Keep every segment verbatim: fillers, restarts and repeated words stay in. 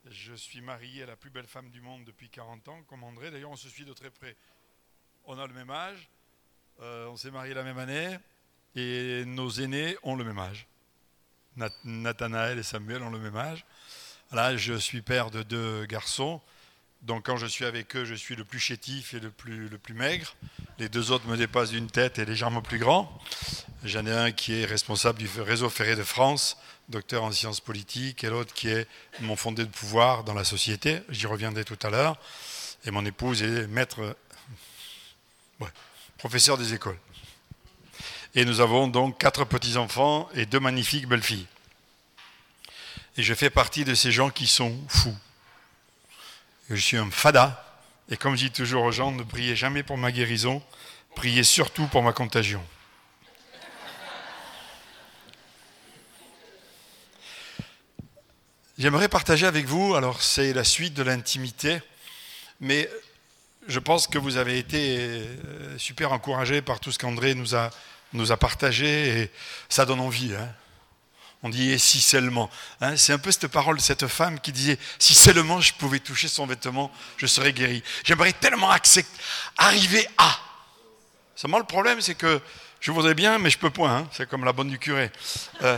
Je suis marié à la plus belle femme du monde depuis quarante ans, comme André. D'ailleurs, on se suit de très près. On a le même âge, euh, on s'est mariés la même année, et nos aînés ont le même âge. Nat- Nathanaël et Samuel ont le même âge. Là, je suis père de deux garçons. Donc quand je suis avec eux, je suis le plus chétif et le plus, le plus maigre. Les deux autres me dépassent d'une tête et légèrement plus grand. J'en ai un qui est responsable du réseau ferré de France, docteur en sciences politiques, et l'autre qui est mon fondé de pouvoir dans la société. J'y reviendrai tout à l'heure. Et mon épouse est maître, ouais, professeur des écoles. Et nous avons donc quatre petits-enfants et deux magnifiques belles-filles. Et je fais partie de ces gens qui sont fous. Je suis un fada, et comme je dis toujours aux gens, ne priez jamais pour ma guérison, priez surtout pour ma contagion. J'aimerais partager avec vous, alors c'est la suite de l'intimité, mais je pense que vous avez été super encouragés par tout ce qu'André nous a, nous a partagé, et ça donne envie, hein. On dit « et si seulement hein ». C'est un peu cette parole de cette femme qui disait « si seulement je pouvais toucher son vêtement, je serais guéri ». J'aimerais tellement accept, arriver à. Seulement le problème, c'est que je voudrais bien, mais je peux point. Hein. C'est comme la bonne du curé. Euh,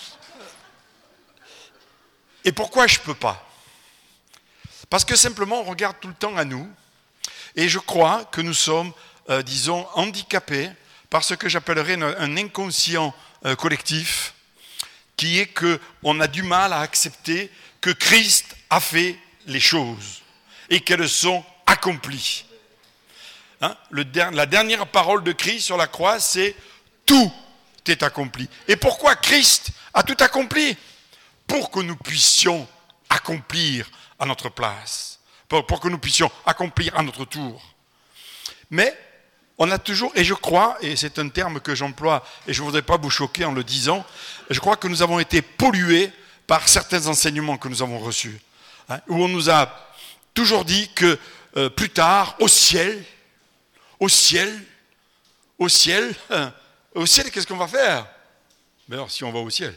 et pourquoi je ne peux pas ? Parce que simplement, on regarde tout le temps à nous. Et je crois que nous sommes, euh, disons, handicapés par ce que j'appellerais un inconscient euh, collectif, qui est qu'on a du mal à accepter que Christ a fait les choses et qu'elles sont accomplies. Hein, le, la dernière parole de Christ sur la croix, c'est « tout est accompli ». Et pourquoi Christ a tout accompli ? Pour que nous puissions accomplir à notre place, pour, pour que nous puissions accomplir à notre tour. Mais on a toujours, et je crois, et c'est un terme que j'emploie, et je ne voudrais pas vous choquer en le disant, je crois que nous avons été pollués par certains enseignements que nous avons reçus, hein, où on nous a toujours dit que euh, plus tard, au ciel, au ciel, au ciel, hein, au ciel, qu'est-ce qu'on va faire ? Mais alors, si on va au ciel.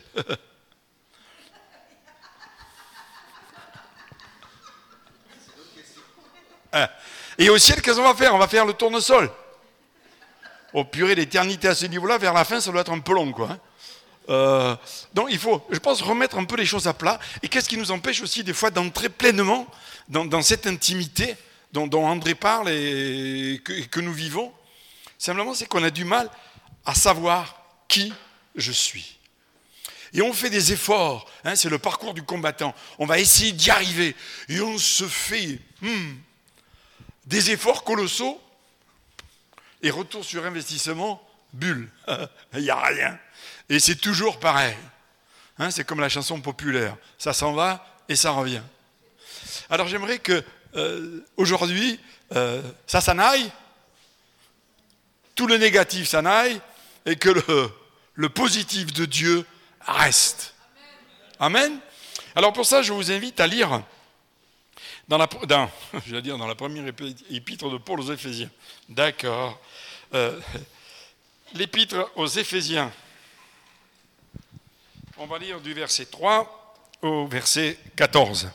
hein, et au ciel, qu'est-ce qu'on va faire ? On va faire le tournesol. Oh purée, l'éternité à ce niveau-là, vers la fin, ça doit être un peu long, quoi. Hein. Euh, donc il faut, je pense, remettre un peu les choses à plat. Et qu'est-ce qui nous empêche aussi des fois d'entrer pleinement dans, dans cette intimité dont, dont André parle et que, et que nous vivons ? Simplement, c'est qu'on a du mal à savoir qui je suis. Et on fait des efforts, hein, c'est le parcours du combattant. On va essayer d'y arriver. Et on se fait hmm, des efforts colossaux. Et retour sur investissement, bulle. Il n'y a rien. Et c'est toujours pareil. Hein, c'est comme la chanson populaire. Ça s'en va et ça revient. Alors j'aimerais que euh, aujourd'hui, euh, ça s'en aille, tout le négatif s'en aille, et que le, le positif de Dieu reste. Amen. Alors pour ça, je vous invite à lire dans la, dans, je vais dire dans la première épître de Paul aux Éphésiens. D'accord. Euh, l'épître aux Éphésiens. On va lire du verset trois au verset quatorze.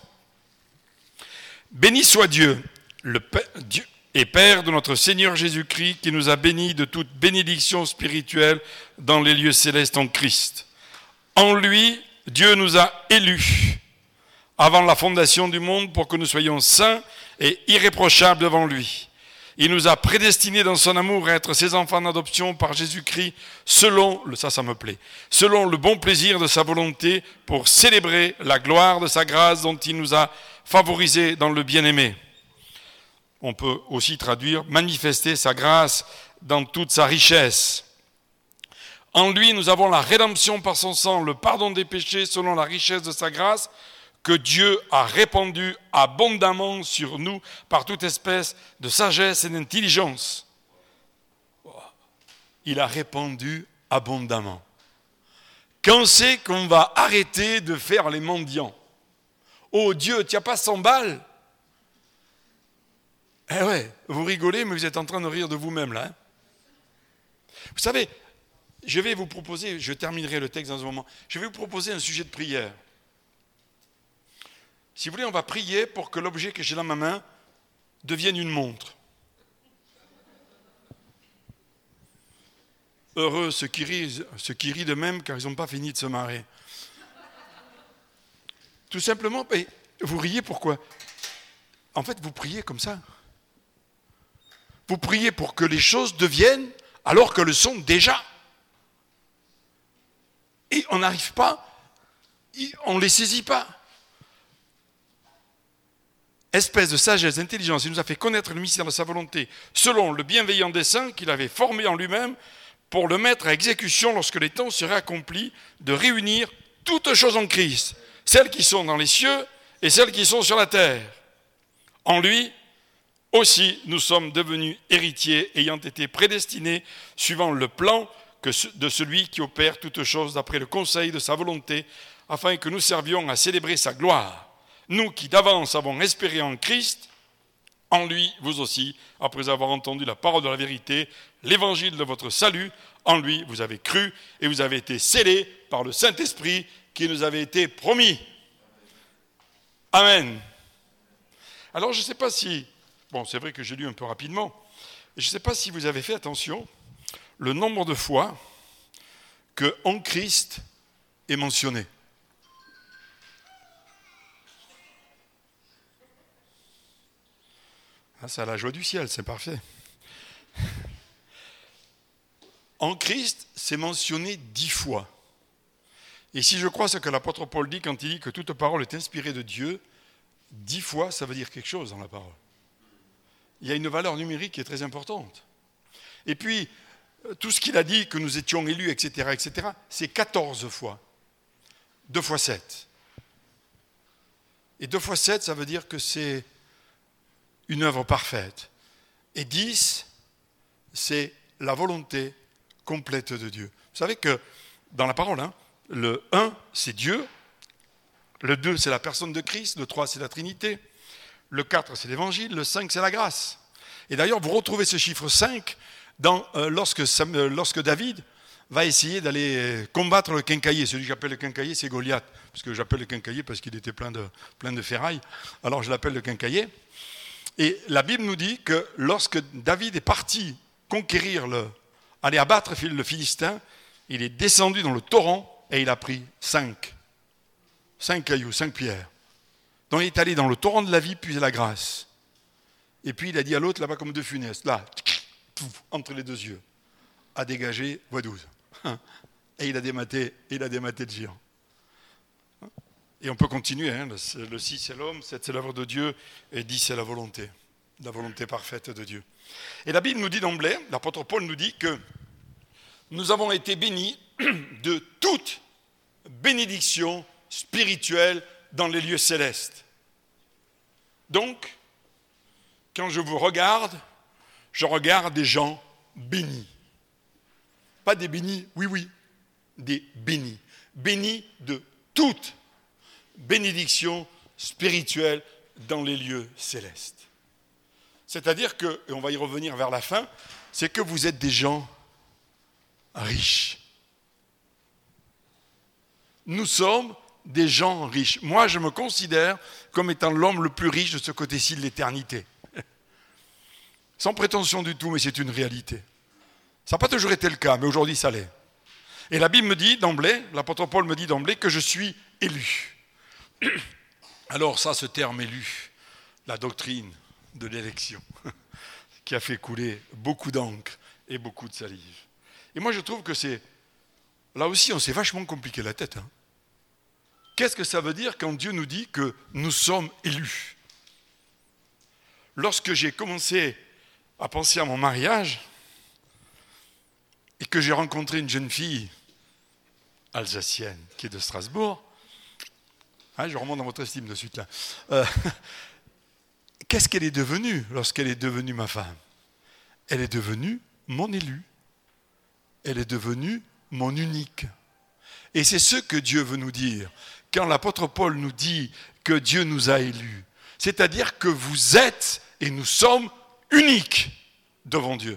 Béni soit Dieu, le Père, Dieu et Père de notre Seigneur Jésus-Christ, qui nous a bénis de toute bénédiction spirituelle dans les lieux célestes en Christ. En lui, Dieu nous a élus avant la fondation du monde pour que nous soyons saints et irréprochables devant lui. Il nous a prédestinés dans son amour à être ses enfants d'adoption par Jésus-Christ, selon, ça, ça me plaît, selon le bon plaisir de sa volonté, pour célébrer la gloire de sa grâce dont il nous a favorisés dans le bien-aimé. On peut aussi traduire manifester sa grâce dans toute sa richesse. En lui, nous avons la rédemption par son sang, le pardon des péchés selon la richesse de sa grâce, que Dieu a répandu abondamment sur nous par toute espèce de sagesse et d'intelligence. Il a répandu abondamment. Quand c'est qu'on va arrêter de faire les mendiants ? Oh Dieu, tu n'as pas cent balles ? Eh ouais, vous rigolez, mais vous êtes en train de rire de vous-même là. Hein. Vous savez, je vais vous proposer, je terminerai le texte dans un moment, je vais vous proposer un sujet de prière. Si vous voulez, on va prier pour que l'objet que j'ai dans ma main devienne une montre. Heureux ceux qui rient, ceux qui rient de même car ils n'ont pas fini de se marrer. Tout simplement, et vous riez pourquoi? En fait, vous priez comme ça. Vous priez pour que les choses deviennent alors que le sont déjà. Et on n'arrive pas, on ne les saisit pas. Espèce de sagesse, d'intelligence, il nous a fait connaître le mystère de sa volonté, selon le bienveillant dessein qu'il avait formé en lui-même, pour le mettre à exécution lorsque les temps seraient accomplis, de réunir toutes choses en Christ, celles qui sont dans les cieux et celles qui sont sur la terre. En lui aussi, nous sommes devenus héritiers, ayant été prédestinés, suivant le plan de celui qui opère toutes choses d'après le conseil de sa volonté, afin que nous servions à célébrer sa gloire. Nous qui d'avance avons espéré en Christ, en lui, vous aussi, après avoir entendu la parole de la vérité, l'évangile de votre salut, en lui, vous avez cru et vous avez été scellés par le Saint-Esprit qui nous avait été promis. Amen. Alors, je ne sais pas si... Bon, c'est vrai que j'ai lu un peu rapidement. Je ne sais pas si vous avez fait attention, le nombre de fois que « en Christ » est mentionné. Ah, ça a la joie du ciel, c'est parfait. En Christ, c'est mentionné dix fois. Et si je crois ce que l'apôtre Paul dit quand il dit que toute parole est inspirée de Dieu, dix fois, ça veut dire quelque chose dans la parole. Il y a une valeur numérique qui est très importante. Et puis, tout ce qu'il a dit, que nous étions élus, et cetera, et cetera, c'est quatorze fois. deux fois sept. Et deux fois sept, ça veut dire que c'est une œuvre parfaite. Et dix, c'est la volonté complète de Dieu. Vous savez que dans la parole, hein, le un, c'est Dieu. Le deux, c'est la personne de Christ. Le trois, c'est la Trinité. Le quatre, c'est l'Évangile. Le cinq, c'est la grâce. Et d'ailleurs, vous retrouvez ce chiffre cinq dans, euh, lorsque, euh, lorsque David va essayer d'aller combattre le quincaillier. Celui que j'appelle le quincaillier, c'est Goliath. Parce que j'appelle le quincaillier parce qu'il était plein de, plein de ferraille. Alors je l'appelle le quincaillier. Et la Bible nous dit que lorsque David est parti conquérir, le, aller abattre le Philistin, il est descendu dans le torrent et il a pris cinq. Cinq cailloux, cinq pierres. Donc il est allé dans le torrent de la vie, puis la grâce. Et puis il a dit à l'autre, là-bas comme deux funestes, là, entre les deux yeux, à dégager, voie douze. Et il a dématé, il a dématé le géant. Et on peut continuer, hein. Le six c'est l'homme, sept c'est l'œuvre de Dieu, et dix c'est la volonté, la volonté parfaite de Dieu. Et la Bible nous dit d'emblée, l'apôtre Paul nous dit que nous avons été bénis de toute bénédiction spirituelle dans les lieux célestes. Donc, quand je vous regarde, je regarde des gens bénis. Pas des bénis, oui, oui, des bénis. Bénis de toute bénédiction spirituelle dans les lieux célestes. C'est-à-dire que, et on va y revenir vers la fin, c'est que vous êtes des gens riches. Nous sommes des gens riches. Moi, je me considère comme étant l'homme le plus riche de ce côté-ci de l'éternité. Sans prétention du tout, mais c'est une réalité. Ça n'a pas toujours été le cas, mais aujourd'hui, ça l'est. Et la Bible me dit d'emblée, l'apôtre Paul me dit d'emblée que je suis élu. Alors ça, ce terme élu, la doctrine de l'élection, qui a fait couler beaucoup d'encre et beaucoup de salive. Et moi, je trouve que c'est... Là aussi, on s'est vachement compliqué la tête. Hein. Qu'est-ce que ça veut dire quand Dieu nous dit que nous sommes élus? Lorsque j'ai commencé à penser à mon mariage et que j'ai rencontré une jeune fille alsacienne qui est de Strasbourg, hein, je remonte dans votre estime de suite là, euh, qu'est-ce qu'elle est devenue lorsqu'elle est devenue ma femme? Elle est devenue mon élu. Elle est devenue mon unique. Et c'est ce que Dieu veut nous dire quand l'apôtre Paul nous dit que Dieu nous a élus. C'est-à-dire que vous êtes et nous sommes uniques devant Dieu.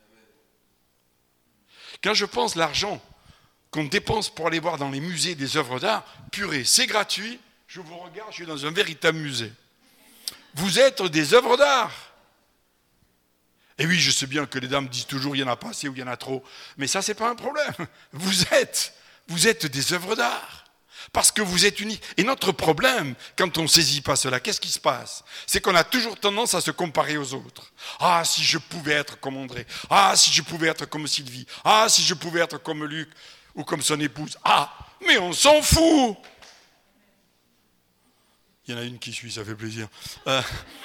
Quand je pense l'argent qu'on dépense pour aller voir dans les musées des œuvres d'art, purée, c'est gratuit, Je vous regarde, je suis dans un véritable musée. Vous êtes des œuvres d'art. Et oui, je sais bien que les dames disent toujours il y en a pas assez ou il y en a trop. Mais ça, c'est pas un problème. Vous êtes, vous êtes des œuvres d'art. Parce que vous êtes uniques. Et notre problème, quand on ne saisit pas cela, qu'est-ce qui se passe? C'est qu'on a toujours tendance à se comparer aux autres. Ah, si je pouvais être comme André. Ah, si je pouvais être comme Sylvie. Ah, si je pouvais être comme Luc ou comme son épouse. Ah, mais on s'en fout. Il y en a une qui suit, ça fait plaisir. Euh...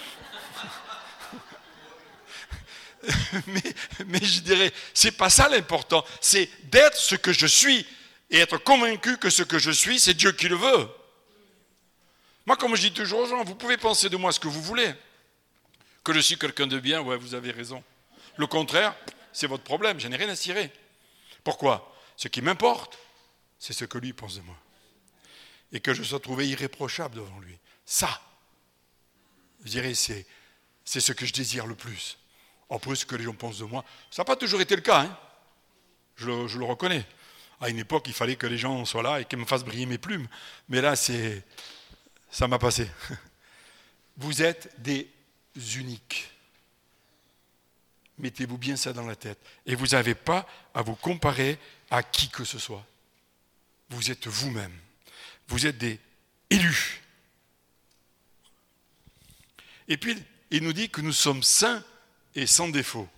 mais, mais je dirais, c'est pas ça l'important. C'est d'être ce que je suis et être convaincu que ce que je suis, c'est Dieu qui le veut. Moi, comme je dis toujours aux gens, vous pouvez penser de moi ce que vous voulez. Que je suis quelqu'un de bien, ouais, vous avez raison. Le contraire, c'est votre problème, je n'ai rien à cirer. Pourquoi? Ce qui m'importe, c'est ce que lui pense de moi. Et que je sois trouvé irréprochable devant lui. Ça, je dirais, c'est, c'est ce que je désire le plus. En plus, ce que les gens pensent de moi, ça n'a pas toujours été le cas, hein. je, le, je le reconnais. À une époque, il fallait que les gens soient là et qu'ils me fassent briller mes plumes. Mais là, c'est, ça m'a passé. Vous êtes des uniques. Mettez-vous bien ça dans la tête. Et vous n'avez pas à vous comparer à qui que ce soit. Vous êtes vous-même. Vous êtes des élus. Et puis, il nous dit que nous sommes saints et sans défaut.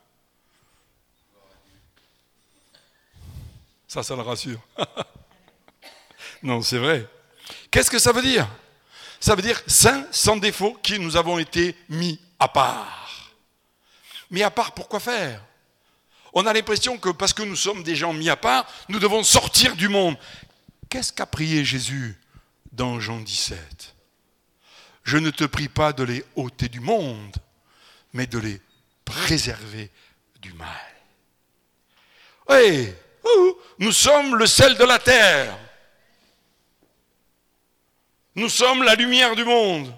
Ça, ça le rassure. Non, c'est vrai. Qu'est-ce que ça veut dire? Ça veut dire saints, sans défaut, qui nous avons été mis à part. Mis à part, pourquoi faire? On a l'impression que parce que nous sommes des gens mis à part, nous devons sortir du monde. Qu'est-ce qu'a prié Jésus dans Jean dix-sept? Je ne te prie pas de les ôter du monde, mais de les préserver du mal. Oui, nous sommes le sel de la terre. Nous sommes la lumière du monde.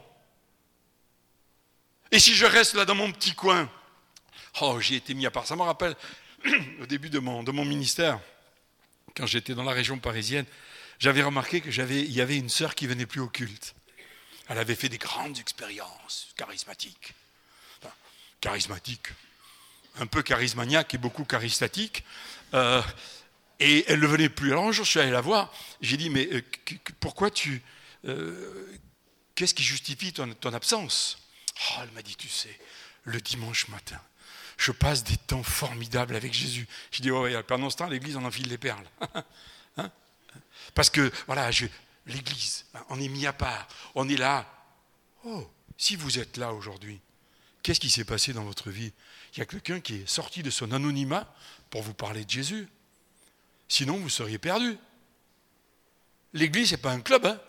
Et si je reste là dans mon petit coin, oh, j'ai été mis à part. Ça me rappelle au début de mon, de mon ministère, quand j'étais dans la région parisienne, j'avais remarqué que j'avais, il y avait une sœur qui venait plus au culte. Elle avait fait des grandes expériences charismatiques. Enfin, charismatiques, un peu charismaniaque et beaucoup charistatique. Euh, et elle ne venait plus. Alors un jour, je suis allé la voir. J'ai dit, mais euh, pourquoi tu... Euh, qu'est-ce qui justifie ton, ton absence? Oh, elle m'a dit, tu sais, le dimanche matin, je passe des temps formidables avec Jésus. J'ai dit, oh, ouais, pendant ce temps, l'église en enfile les perles. Hein? Parce que, voilà, je, l'église, on est mis à part, on est là. Oh, si vous êtes là aujourd'hui, qu'est-ce qui s'est passé dans votre vie? Il y a quelqu'un qui est sorti de son anonymat pour vous parler de Jésus. Sinon, vous seriez perdu. L'église, ce n'est pas un club, hein?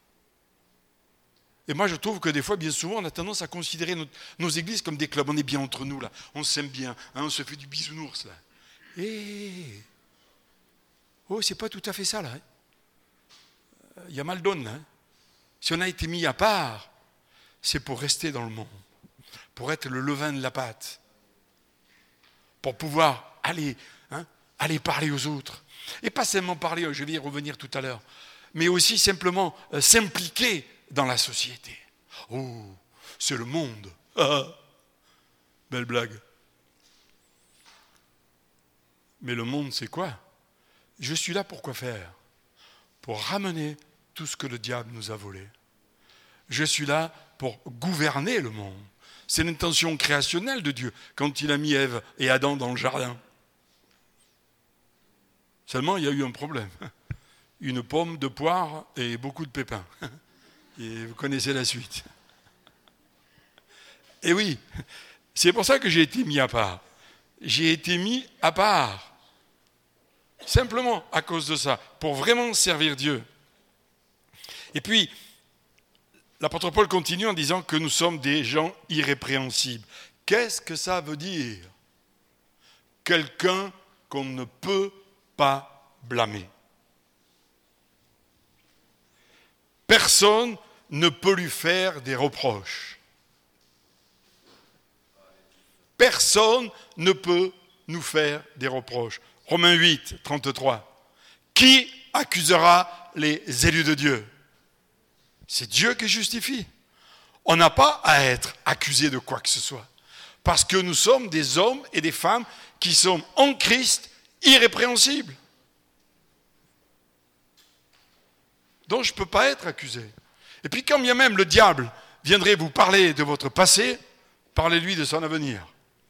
Et moi, je trouve que des fois, bien souvent, on a tendance à considérer notre, nos églises comme des clubs. On est bien entre nous, là. On s'aime bien. Hein, on se fait du bisounours, là. Et... oh, c'est pas tout à fait ça, là. Il y a mal donne, là. Si on a été mis à part, c'est pour rester dans le monde. Pour être le levain de la pâte. Pour pouvoir aller, hein, aller parler aux autres. Et pas seulement parler, je vais y revenir tout à l'heure, mais aussi simplement euh, s'impliquer dans la société. Oh, c'est le monde. Ah, belle blague. Mais le monde, c'est quoi? Je suis là pour quoi faire? Pour ramener tout ce que le diable nous a volé. Je suis là pour gouverner le monde. C'est l'intention créationnelle de Dieu quand il a mis Ève et Adam dans le jardin. Seulement, il y a eu un problème. Une pomme de poire et beaucoup de pépins. Et vous connaissez la suite. Et oui, c'est pour ça que j'ai été mis à part. J'ai été mis à part. Simplement à cause de ça, pour vraiment servir Dieu. Et puis, l'apôtre Paul continue en disant que nous sommes des gens irrépréhensibles. Qu'est-ce que ça veut dire? Quelqu'un qu'on ne peut pas blâmer. Personne ne peut lui faire des reproches. Personne ne peut nous faire des reproches. Romains huit, trente-trois. Qui accusera les élus de Dieu? C'est Dieu qui justifie. On n'a pas à être accusé de quoi que ce soit. Parce que nous sommes des hommes et des femmes qui sont en Christ irrépréhensibles. Donc je ne peux pas être accusé. Et puis quand bien même le diable viendrait vous parler de votre passé, parlez-lui de son avenir.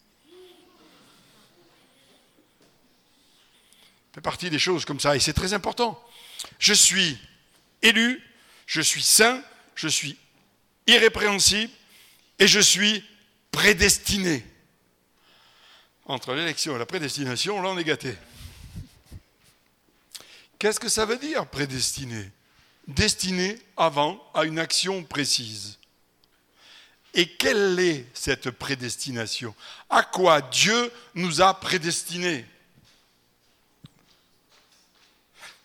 Ça fait partie des choses comme ça, et c'est très important. Je suis élu, je suis saint, je suis irrépréhensible, et je suis prédestiné. Entre l'élection et la prédestination, là on est gâté. Qu'est-ce que ça veut dire, prédestiné ? Destiné avant à une action précise. Et quelle est cette prédestination ? À quoi Dieu nous a prédestinés ? Hein ?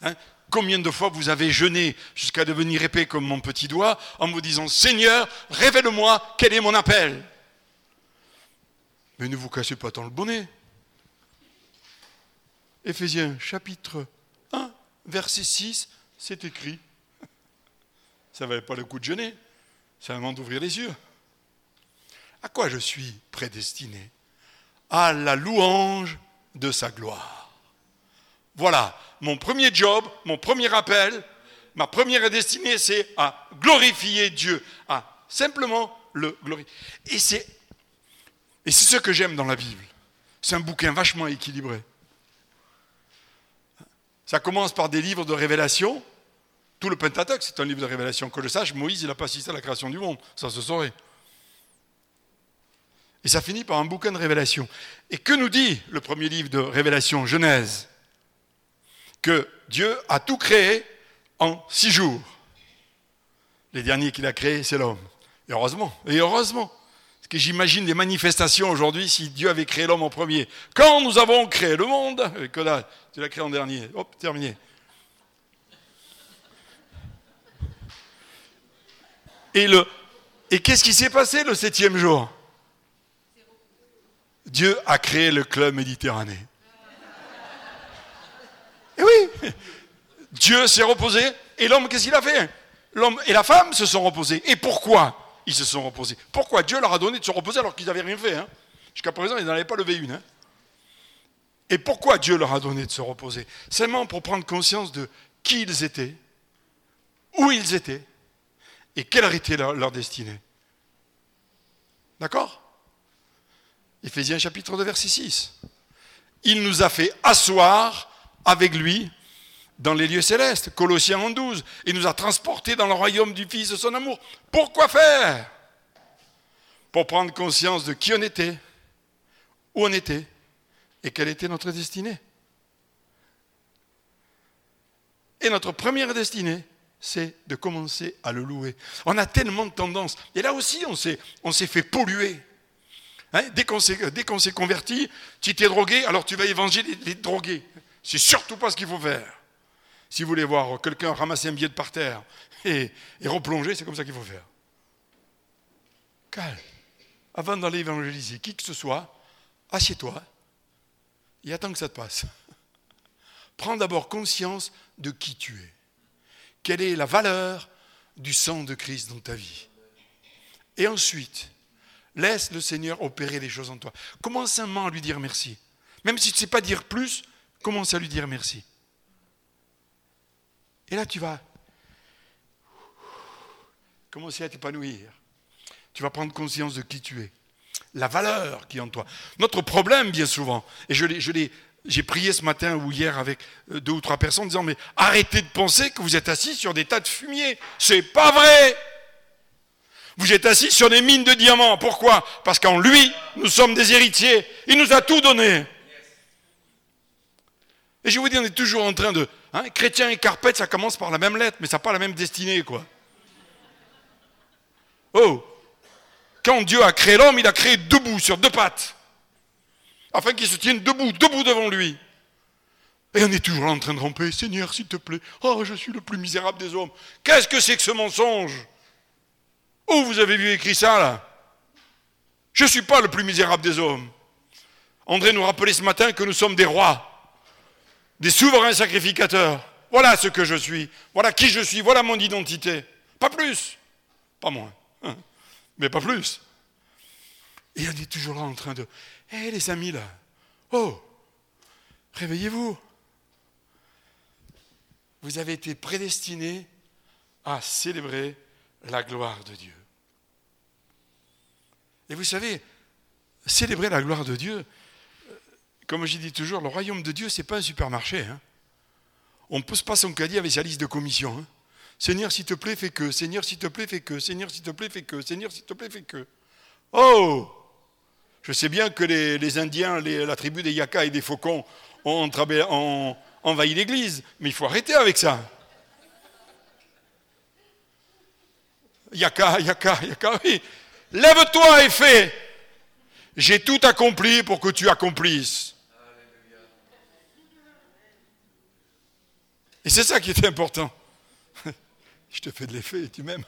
Combien de fois vous avez jeûné jusqu'à devenir épais comme mon petit doigt en vous disant « Seigneur, révèle-moi quel est mon appel ?» Mais ne vous cassez pas tant le bonnet. Éphésiens chapitre un, verset six, c'est écrit. Ça ne valait pas le coup de jeûner, c'est un moment d'ouvrir les yeux. À quoi je suis prédestiné ? À la louange de sa gloire. Voilà, mon premier job, mon premier appel, ma première destinée, c'est à glorifier Dieu, à simplement le glorifier. Et c'est, et c'est ce que j'aime dans la Bible. C'est un bouquin vachement équilibré. Ça commence par des livres de révélation. Tout le Pentateuque, c'est un livre de révélation. Que je sache, Moïse, il n'a pas assisté à la création du monde. Ça se saurait. Et ça finit par un bouquin de révélation. Et que nous dit le premier livre de révélation, Genèse ? Que Dieu a tout créé en six jours. Les derniers qu'il a créés, c'est l'homme. Et heureusement, et heureusement. Parce que j'imagine les manifestations aujourd'hui si Dieu avait créé l'homme en premier. Quand nous avons créé le monde, que là, tu l'as créé en dernier. Hop, terminé. Et, le, et qu'est-ce qui s'est passé le septième jour ? Dieu a créé le club Méditerranée. Et oui, Dieu s'est reposé, et l'homme, qu'est-ce qu'il a fait ? L'homme et la femme se sont reposés. Et pourquoi ils se sont reposés ? Pourquoi Dieu leur a donné de se reposer alors qu'ils n'avaient rien fait, hein ? Jusqu'à présent, ils n'en avaient pas levé une. Hein ? Et pourquoi Dieu leur a donné de se reposer ? Seulement pour prendre conscience de qui ils étaient, où ils étaient, et quelle était leur, leur destinée. D'accord ? Éphésiens chapitre deux, verset six. Il nous a fait asseoir avec lui dans les lieux célestes. Colossiens un, douze. Il nous a transportés dans le royaume du Fils de son amour. Pourquoi faire ? Pour prendre conscience de qui on était, où on était, et quelle était notre destinée. Et notre première destinée, c'est de commencer à le louer. On a tellement de tendances. Et là aussi, on s'est, on s'est fait polluer. Hein, dès, qu'on s'est, dès qu'on s'est converti, tu t'es drogué, alors tu vas évangéliser les, les drogués. C'est surtout pas ce qu'il faut faire. Si vous voulez voir quelqu'un ramasser un billet de par terre et, et replonger, c'est comme ça qu'il faut faire. Calme. Avant d'aller évangéliser qui que ce soit, assieds-toi et attends que ça te passe. Prends d'abord conscience de qui tu es. Quelle est la valeur du sang de Christ dans ta vie ? Et ensuite, laisse le Seigneur opérer les choses en toi. Commence simplement à lui dire merci. Même si tu ne sais pas dire plus, commence à lui dire merci. Et là, tu vas commencer à t'épanouir. Tu vas prendre conscience de qui tu es. La valeur qui est en toi. Notre problème, bien souvent, et je l'ai, je l'ai, j'ai prié ce matin ou hier avec deux ou trois personnes en disant « Mais arrêtez de penser que vous êtes assis sur des tas de fumier. C'est pas vrai !» Vous êtes assis sur des mines de diamants. Pourquoi ? Parce qu'en lui, nous sommes des héritiers. Il nous a tout donné. Et je vous dis, on est toujours en train de... Hein, chrétien et carpette, ça commence par la même lettre, mais ça n'a pas la même destinée, quoi. Oh ! Quand Dieu a créé l'homme, il a créé debout, sur deux pattes. Afin qu'il se tienne debout, debout devant lui. Et on est toujours là en train de ramper. Seigneur, s'il te plaît. Oh, je suis le plus misérable des hommes. Qu'est-ce que c'est que ce mensonge ? Où vous avez vu écrit ça, là ? Je ne suis pas le plus misérable des hommes. André nous rappelait ce matin que nous sommes des rois, des souverains sacrificateurs. Voilà ce que je suis. Voilà qui je suis. Voilà mon identité. Pas plus. Pas moins. Hein, mais pas plus. Et on est toujours là en train de... Hé hey, les amis là, oh, réveillez-vous. Vous avez été prédestinés à célébrer la gloire de Dieu. Et vous savez, célébrer la gloire de Dieu, comme je dis toujours, le royaume de Dieu, ce n'est pas un supermarché. Hein. On ne pose pas son caddie avec sa liste de commissions. Hein. Seigneur, s'il te plaît, fais que. Seigneur, s'il te plaît, fais que. Seigneur, s'il te plaît, fais que. Seigneur, s'il te plaît, fais que. Oh! Je sais bien que les, les Indiens, les, la tribu des Yakas et des Faucons ont, ont envahi l'église, mais il faut arrêter avec ça. Yaka, Yaka, Yaka, oui. Lève-toi et fais. J'ai tout accompli pour que tu accomplisses. Et c'est ça qui est important. Je te fais de l'effet et tu m'aimes.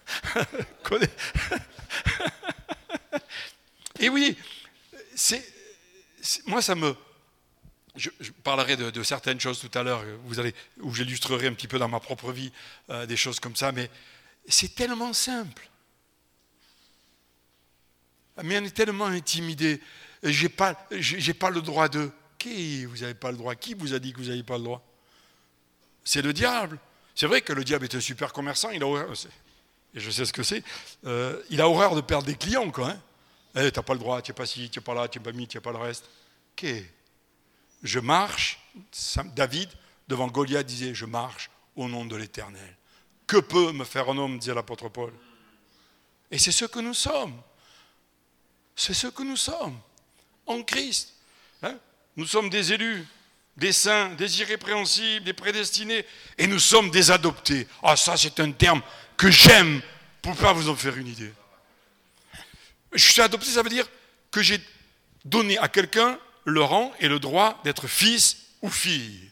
Et oui, c'est, c'est, moi ça me... Je, je parlerai de, de certaines choses tout à l'heure, vous allez, où j'illustrerai un petit peu dans ma propre vie euh, des choses comme ça, mais c'est tellement simple. Mais on est tellement intimidé. J'ai pas, j'ai, j'ai pas le droit de... Qui vous n'avez pas le droit? Qui vous a dit que vous n'avez pas le droit? C'est le diable. C'est vrai que le diable est un super commerçant, il a horreur, et je sais ce que c'est, euh, il a horreur de perdre des clients, quoi. Hein. Eh, t'as pas le droit, tu n'es pas ci, tu n'es pas là, tu n'es pas mis, tu n'es pas le reste. Ok. Je marche, David, devant Goliath, disait, je marche au nom de l'Éternel. Que peut me faire un homme, disait l'apôtre Paul. Et c'est ce que nous sommes. C'est ce que nous sommes, en Christ. Hein. Nous sommes des élus, des saints, des irrépréhensibles, des prédestinés, et nous sommes des adoptés. Ah, ça, c'est un terme que j'aime, pour ne pas vous en faire une idée. Je suis adopté, ça veut dire que j'ai donné à quelqu'un le rang et le droit d'être fils ou fille.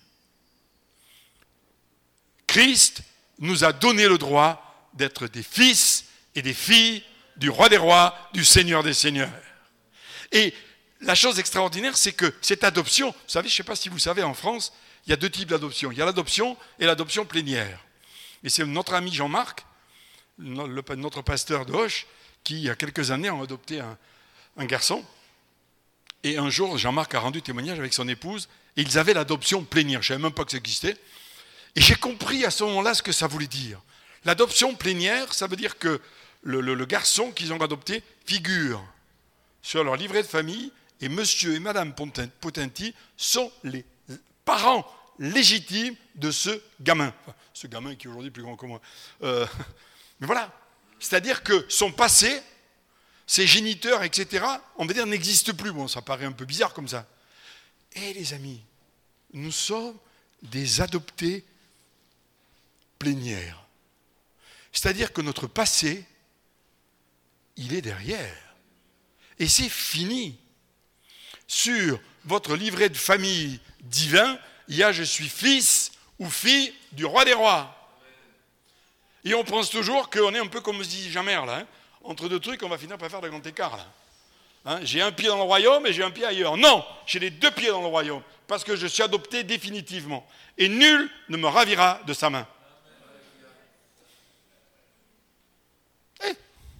Christ nous a donné le droit d'être des fils et des filles du roi des rois, du Seigneur des seigneurs. Et la chose extraordinaire, c'est que cette adoption, vous savez, je ne sais pas si vous savez, en France, il y a deux types d'adoption. Il y a l'adoption et l'adoption plénière. Et c'est notre ami Jean-Marc, notre pasteur de Hoche, qui, il y a quelques années, a adopté un, un garçon. Et un jour, Jean-Marc a rendu témoignage avec son épouse, et ils avaient l'adoption plénière. Je ne savais même pas que ça existait. Et j'ai compris à ce moment-là ce que ça voulait dire. L'adoption plénière, ça veut dire que le, le, le garçon qu'ils ont adopté figure sur leur livret de famille, et monsieur et madame Potenti sont les parents légitimes de ce gamin. Enfin, ce gamin qui est aujourd'hui plus grand que moi. Euh, mais voilà. C'est-à-dire que son passé, ses géniteurs, et cetera, on va dire, n'existent plus. Bon, ça paraît un peu bizarre comme ça. Eh les amis, nous sommes des adoptés plénières. C'est-à-dire que notre passé, il est derrière. Et c'est fini. Sur votre livret de famille divin, il y a « Je suis fils ou fille du roi des rois ». Et on pense toujours qu'on est un peu comme se dit Jean-Mère, là. Hein. Entre deux trucs, on va finir par faire de grand écart, là. Hein, j'ai un pied dans le royaume et j'ai un pied ailleurs. Non, j'ai les deux pieds dans le royaume, parce que je suis adopté définitivement. Et nul ne me ravira de sa main. Eh.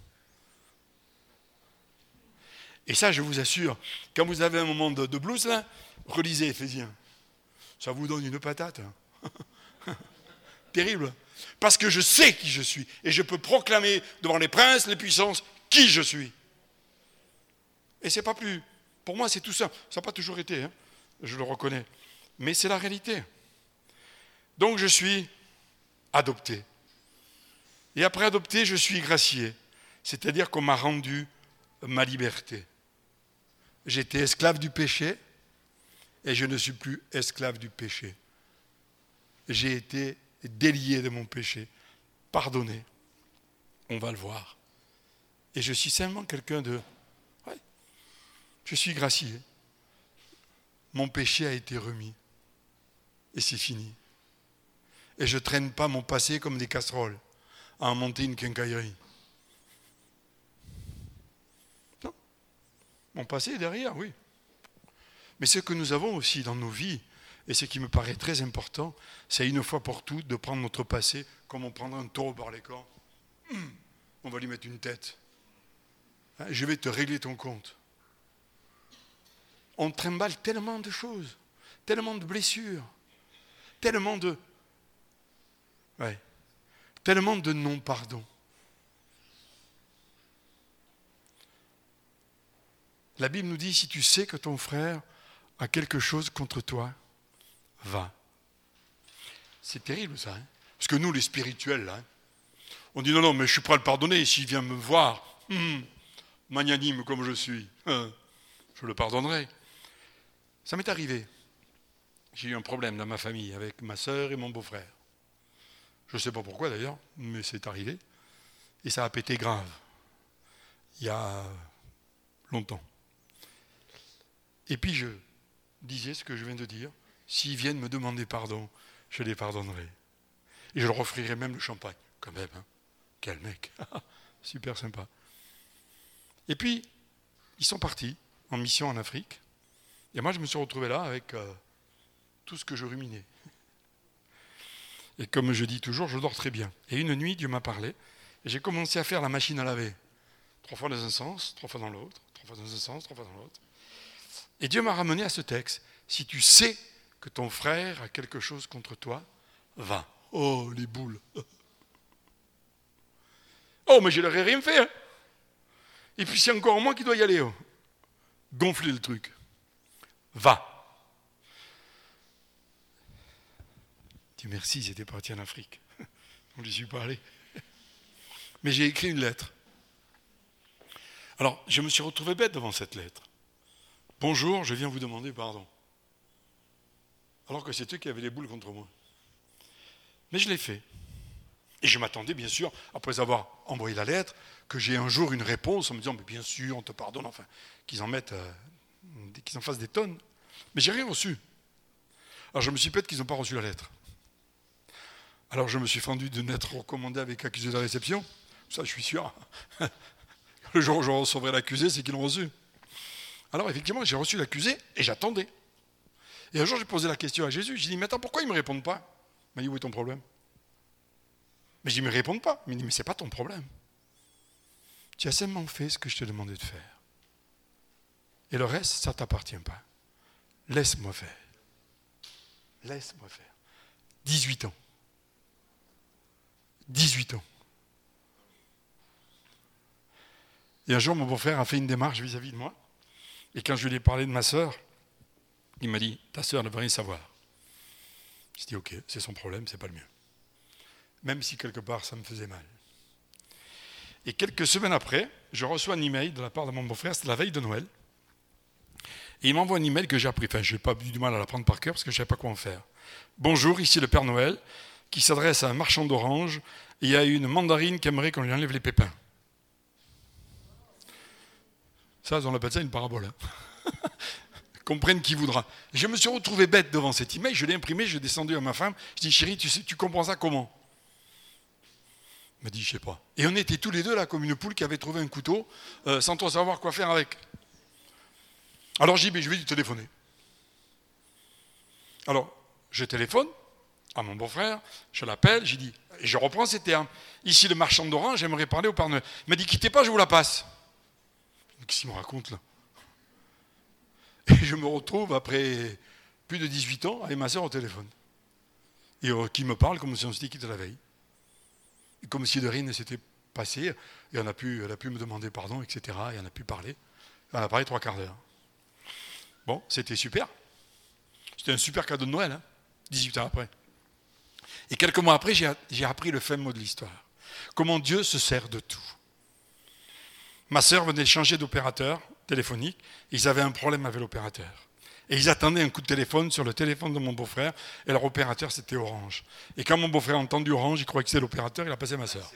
Et ça, je vous assure, quand vous avez un moment de, de blues, là, relisez Éphésiens. Ça vous donne une patate. Hein. Terrible. Parce que je sais qui je suis. Et je peux proclamer devant les princes, les puissances, qui je suis. Et c'est pas plus... Pour moi, c'est tout ça. Ça n'a pas toujours été, hein, je le reconnais. Mais c'est la réalité. Donc je suis adopté. Et après adopté, je suis gracié. C'est-à-dire qu'on m'a rendu ma liberté. J'étais esclave du péché et je ne suis plus esclave du péché. J'ai été délié de mon péché, pardonné. On va le voir. Et je suis seulement quelqu'un de... Ouais, je suis gracié. Mon péché a été remis. Et c'est fini. Et je ne traîne pas mon passé comme des casseroles à en monter une quincaillerie. Non. Mon passé est derrière, oui. Mais ce que nous avons aussi dans nos vies, et ce qui me paraît très important, c'est une fois pour toutes de prendre notre passé comme on prendrait un taureau par les cornes. hum, on va lui mettre une tête. Hein, je vais te régler ton compte. On trimballe tellement de choses, tellement de blessures, tellement de... Ouais, tellement de non-pardon. La Bible nous dit, si tu sais que ton frère a quelque chose contre toi, va. C'est terrible ça. Hein, parce que nous, les spirituels, là, hein, on dit non, non, mais je suis prêt à le pardonner. S'il vient me voir, hum, magnanime comme je suis, hein, je le pardonnerai. Ça m'est arrivé. J'ai eu un problème dans ma famille avec ma sœur et mon beau-frère. Je ne sais pas pourquoi d'ailleurs, mais c'est arrivé. Et ça a pété grave. Il y a longtemps. Et puis je disais ce que je viens de dire. S'ils viennent me demander pardon, je les pardonnerai. Et je leur offrirai même le champagne. Quand même, hein. Quel mec. Super sympa. Et puis, ils sont partis en mission en Afrique. Et moi, je me suis retrouvé là avec euh, tout ce que je ruminais. Et comme je dis toujours, je dors très bien. Et une nuit, Dieu m'a parlé. Et j'ai commencé à faire la machine à laver. Trois fois dans un sens, trois fois dans l'autre, trois fois dans un sens, trois fois dans l'autre. Et Dieu m'a ramené à ce texte. Si tu sais que ton frère a quelque chose contre toi, va. Oh, les boules. Oh, mais je leur ai rien fait. Hein. Et puis c'est encore moi qui dois y aller. Oh. Gonfler le truc. Va. Dieu merci, j'étais parti en Afrique. Je n'y suis pas allé. Mais j'ai écrit une lettre. Alors, je me suis retrouvé bête devant cette lettre. Bonjour, je viens vous demander pardon. Alors que c'est eux qui avaient les boules contre moi. Mais je l'ai fait. Et je m'attendais, bien sûr, après avoir envoyé la lettre, que j'ai un jour une réponse en me disant, mais bien sûr, on te pardonne, enfin, qu'ils en mettent, euh, qu'ils en fassent des tonnes. Mais j'ai rien reçu. Alors je me suis pète qu'ils n'ont pas reçu la lettre. Alors je me suis fendu d'une lettre recommandée avec accusé de réception. Ça, je suis sûr. Le jour où je recevrai l'accusé, c'est qu'ils l'ont reçu. Alors effectivement, j'ai reçu l'accusé et j'attendais. Et un jour, j'ai posé la question à Jésus. J'ai dit, mais attends, pourquoi ils ne me répondent pas? Il m'a dit, où est ton problème? Mais je dis, ils ne me répondent pas. Il m'a dit, mais ce n'est pas ton problème. Tu as seulement fait ce que je te demandais de faire. Et le reste, ça ne t'appartient pas. Laisse-moi faire. Laisse-moi faire. dix-huit ans. dix-huit ans. Et un jour, mon beau-frère a fait une démarche vis-à-vis de moi. Et quand je lui ai parlé de ma sœur, il m'a dit, ta sœur ne veut rien savoir. Je dis, ok, c'est son problème, c'est pas le mien. Même si quelque part, ça me faisait mal. Et quelques semaines après, je reçois un email de la part de mon beau-frère, c'était la veille de Noël. Et il m'envoie un email que j'ai appris. Enfin, je n'ai pas eu du mal à l'apprendre par cœur parce que je ne savais pas quoi en faire. Bonjour, ici le Père Noël, qui s'adresse à un marchand d'oranges. Et il y a une mandarine qui aimerait qu'on lui enlève les pépins. Ça, on appelle ça une parabole. Hein. Comprenne qui voudra. Je me suis retrouvé bête devant cet email, je l'ai imprimé, j'ai descendu à ma femme, je dis, chérie, tu sais, tu comprends ça comment? Elle m'a dit, je sais pas. Et on était tous les deux là, comme une poule qui avait trouvé un couteau, euh, sans trop savoir quoi faire avec. Alors j'ai dit, je vais lui téléphoner. Alors, je téléphone à mon beau-frère, je l'appelle, j'ai dit, et je reprends ces termes. Ici, le marchand d'oranges, j'aimerais parler au Père Noël. Il m'a dit, quittez pas, je vous la passe. Qu'est-ce qu'il me raconte là? Et je me retrouve après plus de dix-huit ans avec ma sœur au téléphone. Et euh, qui me parle comme si on s'était quitté la veille. Et comme si de rien ne s'était passé. Et on a pu, elle a pu me demander pardon, et cetera. Et on a pu parler. On a parlé trois quarts d'heure. Bon, c'était super. C'était un super cadeau de Noël, hein, dix-huit ans après. Et quelques mois après, j'ai, j'ai appris le fin mot de l'histoire. Comment Dieu se sert de tout. Ma sœur venait de changer d'opérateur téléphonique. Ils avaient un problème avec l'opérateur. Et ils attendaient un coup de téléphone sur le téléphone de mon beau-frère. Et leur opérateur, c'était Orange. Et quand mon beau-frère a entendu Orange, il croyait que c'était l'opérateur, il a passé ma sœur.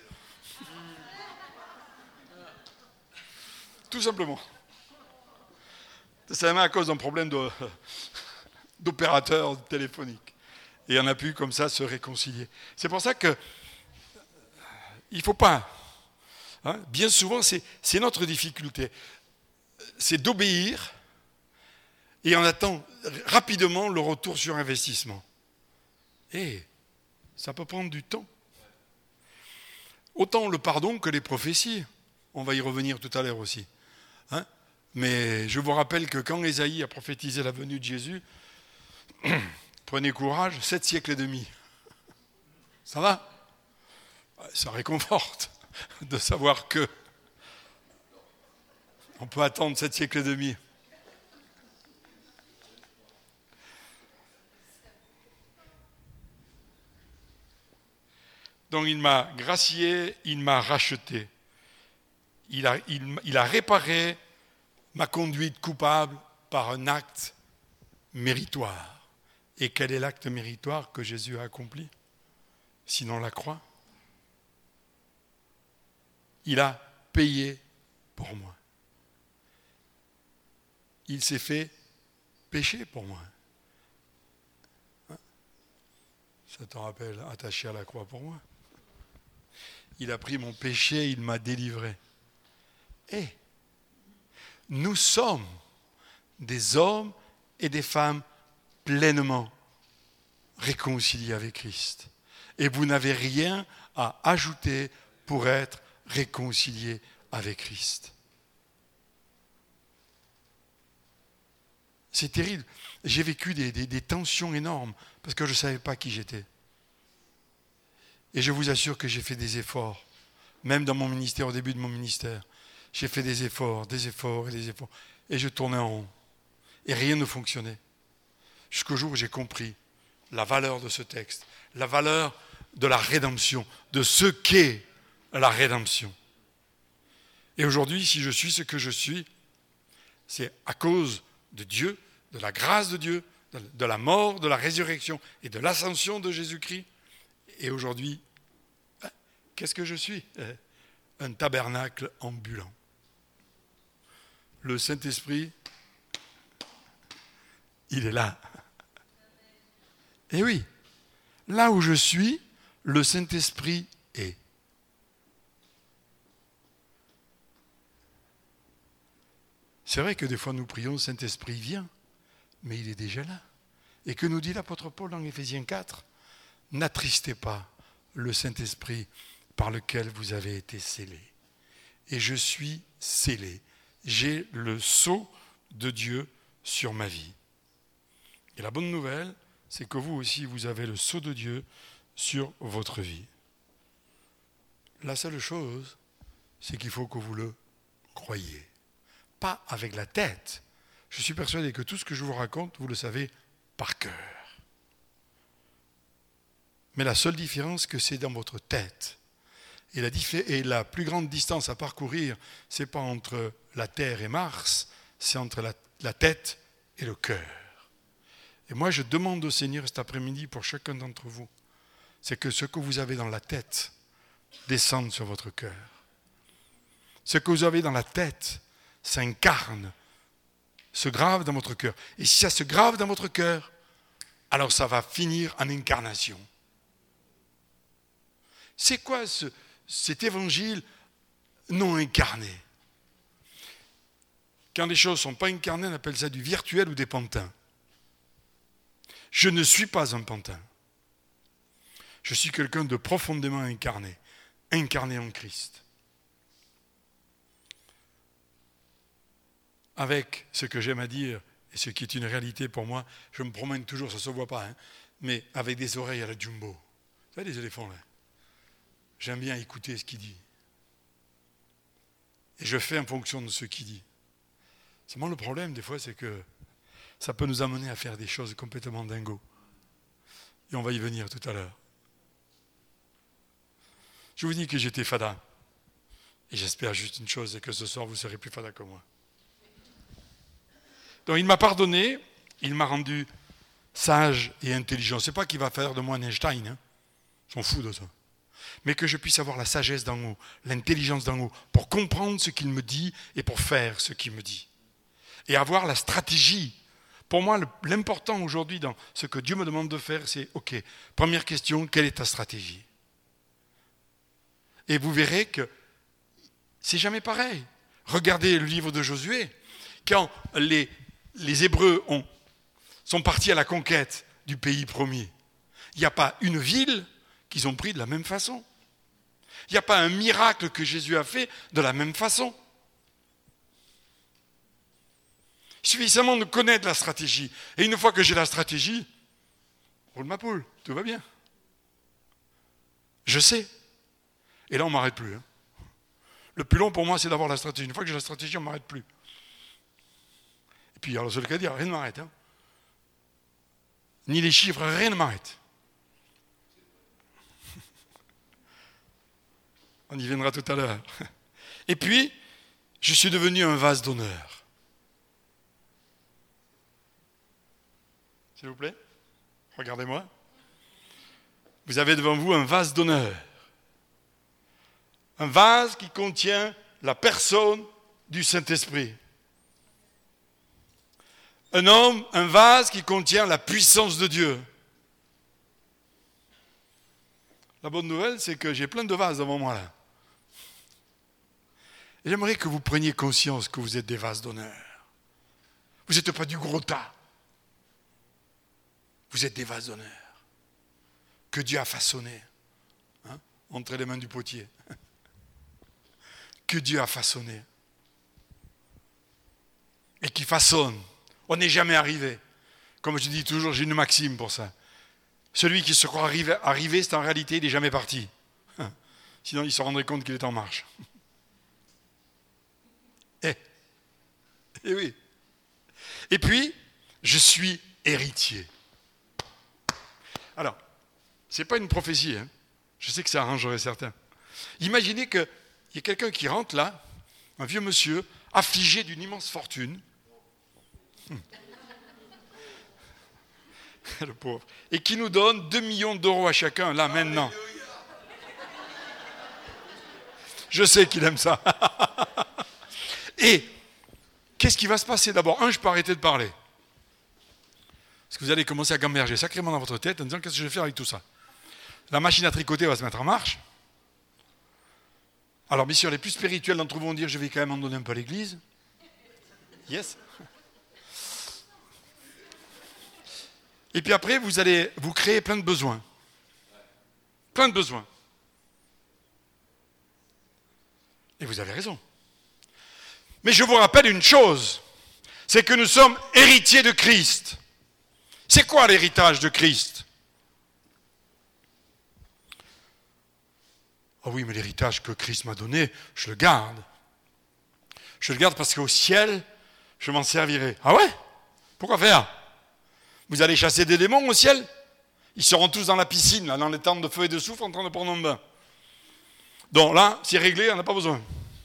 Tout simplement. C'est même à cause d'un problème de, d'opérateur téléphonique. Et on a pu comme ça se réconcilier. C'est pour ça que il ne faut pas... Hein, bien souvent, c'est, c'est notre difficulté. C'est d'obéir et on attend rapidement le retour sur investissement. Et ça peut prendre du temps. autant le pardon que les prophéties. On va y revenir tout à l'heure aussi. Hein? Mais je vous rappelle que quand Ésaïe a prophétisé la venue de Jésus, prenez courage, sept siècles et demi. Ça va? Ça réconforte de savoir que on peut attendre sept siècles et demi. Donc il m'a gracié, il m'a racheté. Il a, il, il a réparé ma conduite coupable par un acte méritoire. Et quel est l'acte méritoire que Jésus a accompli? Sinon la croix. Il a payé pour moi. Il s'est fait pécher pour moi. Ça te rappelle, attaché à la croix pour moi. Il a pris mon péché, il m'a délivré. Et nous sommes des hommes et des femmes pleinement réconciliés avec Christ. Et vous n'avez rien à ajouter pour être réconciliés avec Christ. C'est terrible. J'ai vécu des, des, des tensions énormes parce que je ne savais pas qui j'étais. Et je vous assure que j'ai fait des efforts, même dans mon ministère, au début de mon ministère. J'ai fait des efforts, des efforts et des efforts. Et je tournais en rond. Et rien ne fonctionnait. Jusqu'au jour où j'ai compris la valeur de ce texte, la valeur de la rédemption, de ce qu'est la rédemption. Et aujourd'hui, si je suis ce que je suis, c'est à cause de Dieu, de la grâce de Dieu, de la mort, de la résurrection et de l'ascension de Jésus-Christ. Et aujourd'hui, qu'est-ce que je suis? Un tabernacle ambulant. Le Saint-Esprit, il est là. Et oui, là où je suis, le Saint-Esprit est. C'est vrai que des fois nous prions, Saint-Esprit vient, mais il est déjà là. Et que nous dit l'apôtre Paul dans Éphésiens quatre? N'attristez pas le Saint-Esprit par lequel vous avez été scellés. Et je suis scellé. J'ai le sceau de Dieu sur ma vie. Et la bonne nouvelle, c'est que vous aussi, vous avez le sceau de Dieu sur votre vie. La seule chose, c'est qu'il faut que vous le croyiez. Pas avec la tête. Je suis persuadé que tout ce que je vous raconte, vous le savez par cœur. Mais la seule différence, que c'est dans votre tête. Et la, diffé- et la plus grande distance à parcourir, ce n'est pas entre la Terre et Mars, c'est entre la, la tête et le cœur. Et moi, je demande au Seigneur cet après-midi pour chacun d'entre vous, c'est que ce que vous avez dans la tête descende sur votre cœur. Ce que vous avez dans la tête s'incarne, se grave dans votre cœur. Et si ça se grave dans votre cœur, alors ça va finir en incarnation. C'est quoi ce, cet évangile non incarné? Quand les choses ne sont pas incarnées, on appelle ça du virtuel ou des pantins. Je ne suis pas un pantin. Je suis quelqu'un de profondément incarné, incarné en Christ. Avec ce que j'aime à dire, et ce qui est une réalité pour moi, je me promène toujours, ça ne se voit pas, hein, mais avec des oreilles à la Jumbo. Vous savez, les éléphants là. J'aime bien écouter ce qu'il dit. Et je fais en fonction de ce qu'il dit. Seulement le problème, des fois, c'est que ça peut nous amener à faire des choses complètement dingos. Et on va y venir tout à l'heure. Je vous dis que j'étais fada. Et j'espère juste une chose, c'est que ce soir, vous serez plus fada que moi. Donc il m'a pardonné, il m'a rendu sage et intelligent. Ce n'est pas qu'il va faire de moi un Einstein, hein. Je m'en fous de ça. Mais que je puisse avoir la sagesse d'en haut, l'intelligence d'en haut, pour comprendre ce qu'il me dit et pour faire ce qu'il me dit. Et avoir la stratégie. Pour moi, l'important aujourd'hui dans ce que Dieu me demande de faire, c'est, ok, première question, quelle est ta stratégie? Et vous verrez que c'est jamais pareil. Regardez le livre de Josué. Quand les, les Hébreux ont, sont partis à la conquête du pays promis, il n'y a pas une ville qu'ils ont pris de la même façon. Il n'y a pas un miracle que Jésus a fait de la même façon. Il suffit seulement de connaître la stratégie. Et une fois que j'ai la stratégie, roule ma poule, tout va bien. Je sais. Et là, on ne m'arrête plus. Hein. Le plus long pour moi, c'est d'avoir la stratégie. Une fois que j'ai la stratégie, on ne m'arrête plus. Et puis, alors, c'est le cas de dire, rien ne m'arrête. Hein. Ni les chiffres, rien ne m'arrête. On y viendra tout à l'heure. Et puis, je suis devenu un vase d'honneur. S'il vous plaît, regardez-moi. Vous avez devant vous un vase d'honneur. Un vase qui contient la personne du Saint-Esprit. Un homme, un vase qui contient la puissance de Dieu. La bonne nouvelle, c'est que j'ai plein de vases devant moi là. Et j'aimerais que vous preniez conscience que vous êtes des vases d'honneur. Vous n'êtes pas du gros tas. Vous êtes des vases d'honneur que Dieu a façonnés. Hein? Montrez les mains du potier. Que Dieu a façonnés. Et qui façonne. On n'est jamais arrivé. Comme je dis toujours, j'ai une maxime pour ça. Celui qui se croit arrivé, arrivé c'est en réalité, il n'est jamais parti. Sinon, il se rendrait compte qu'il est en marche. Eh, eh oui. Et puis, je suis héritier. Alors, ce n'est pas une prophétie. Hein. Je sais que ça arrangerait certains. Imaginez qu'il y ait quelqu'un qui rentre là, un vieux monsieur, affligé d'une immense fortune. Hum. Le pauvre. Et qui nous donne deux millions d'euros à chacun, là, maintenant. Je sais qu'il aime ça. Et qu'est-ce qui va se passer d'abord? Un, je peux arrêter de parler. Parce que vous allez commencer à gamberger sacrément dans votre tête en disant qu'est-ce que je vais faire avec tout ça. La machine à tricoter va se mettre en marche. Alors, bien sûr, les plus spirituels d'entre vous vont dire je vais quand même en donner un peu à l'église. Yes. Et puis après, vous allez vous créer plein de besoins. Plein de besoins. Et vous avez raison. Mais je vous rappelle une chose, c'est que nous sommes héritiers de Christ. C'est quoi l'héritage de Christ? Ah oui, mais l'héritage que Christ m'a donné, je le garde. Je le garde parce qu'au ciel, je m'en servirai. Ah ouais? Pourquoi faire? Vous allez chasser des démons au ciel? Ils seront tous dans la piscine, là, dans les tentes de feu et de soufre, en train de prendre un bain. Donc là, c'est réglé, on n'a pas besoin.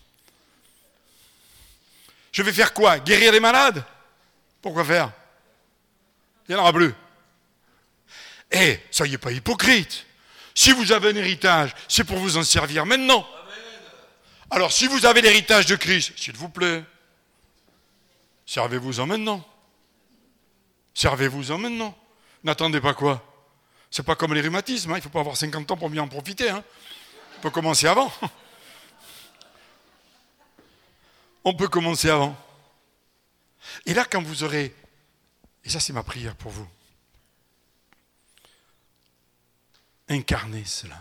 Je vais faire quoi? Guérir les malades? Pourquoi faire? Il n'y en aura plus. Eh, soyez pas hypocrite. Si vous avez un héritage, c'est pour vous en servir maintenant. Alors, si vous avez l'héritage de Christ, s'il vous plaît, servez-vous-en maintenant. Servez-vous-en maintenant. N'attendez pas quoi? C'est pas comme les rhumatismes, hein. Il ne faut pas avoir cinquante ans pour bien en profiter. Hein. On peut commencer avant. On peut commencer avant. Et là, quand vous aurez, et ça c'est ma prière pour vous, incarnez cela.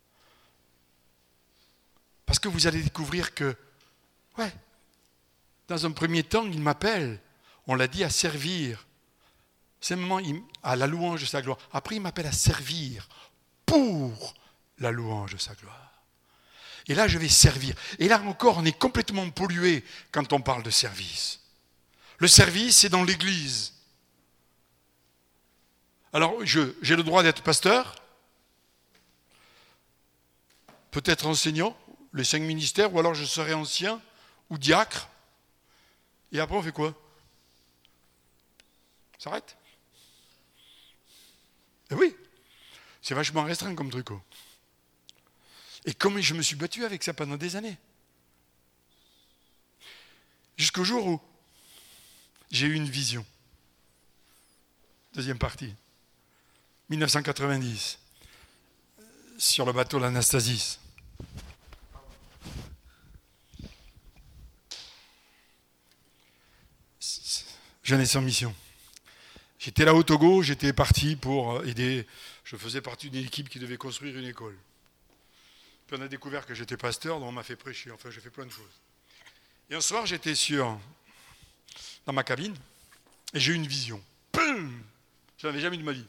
Parce que vous allez découvrir que, ouais, dans un premier temps, il m'appelle, on l'a dit, à servir. Simplement à la louange de sa gloire. Après, il m'appelle à servir pour la louange de sa gloire. Et là, je vais servir. Et là encore, on est complètement pollué quand on parle de service. Le service, c'est dans l'église. Alors, je, j'ai le droit d'être pasteur, peut-être enseignant, les cinq ministères, ou alors je serai ancien ou diacre. Et après, on fait quoi? Ça s'arrête? Eh oui, c'est vachement restreint comme truc. Oh. Et comme je me suis battu avec ça pendant des années. Jusqu'au jour où j'ai eu une vision. Deuxième partie. dix-neuf cent quatre-vingt-dix. Sur le bateau l'Anastasis. Jeunesse en mission. J'étais là au Togo, j'étais parti pour aider, je faisais partie d'une équipe qui devait construire une école. Puis on a découvert que j'étais pasteur, donc on m'a fait prêcher. Enfin, j'ai fait plein de choses. Et un soir, j'étais sur, dans ma cabine, et j'ai eu une vision. Pum! Je n'avais jamais eu de ma vie.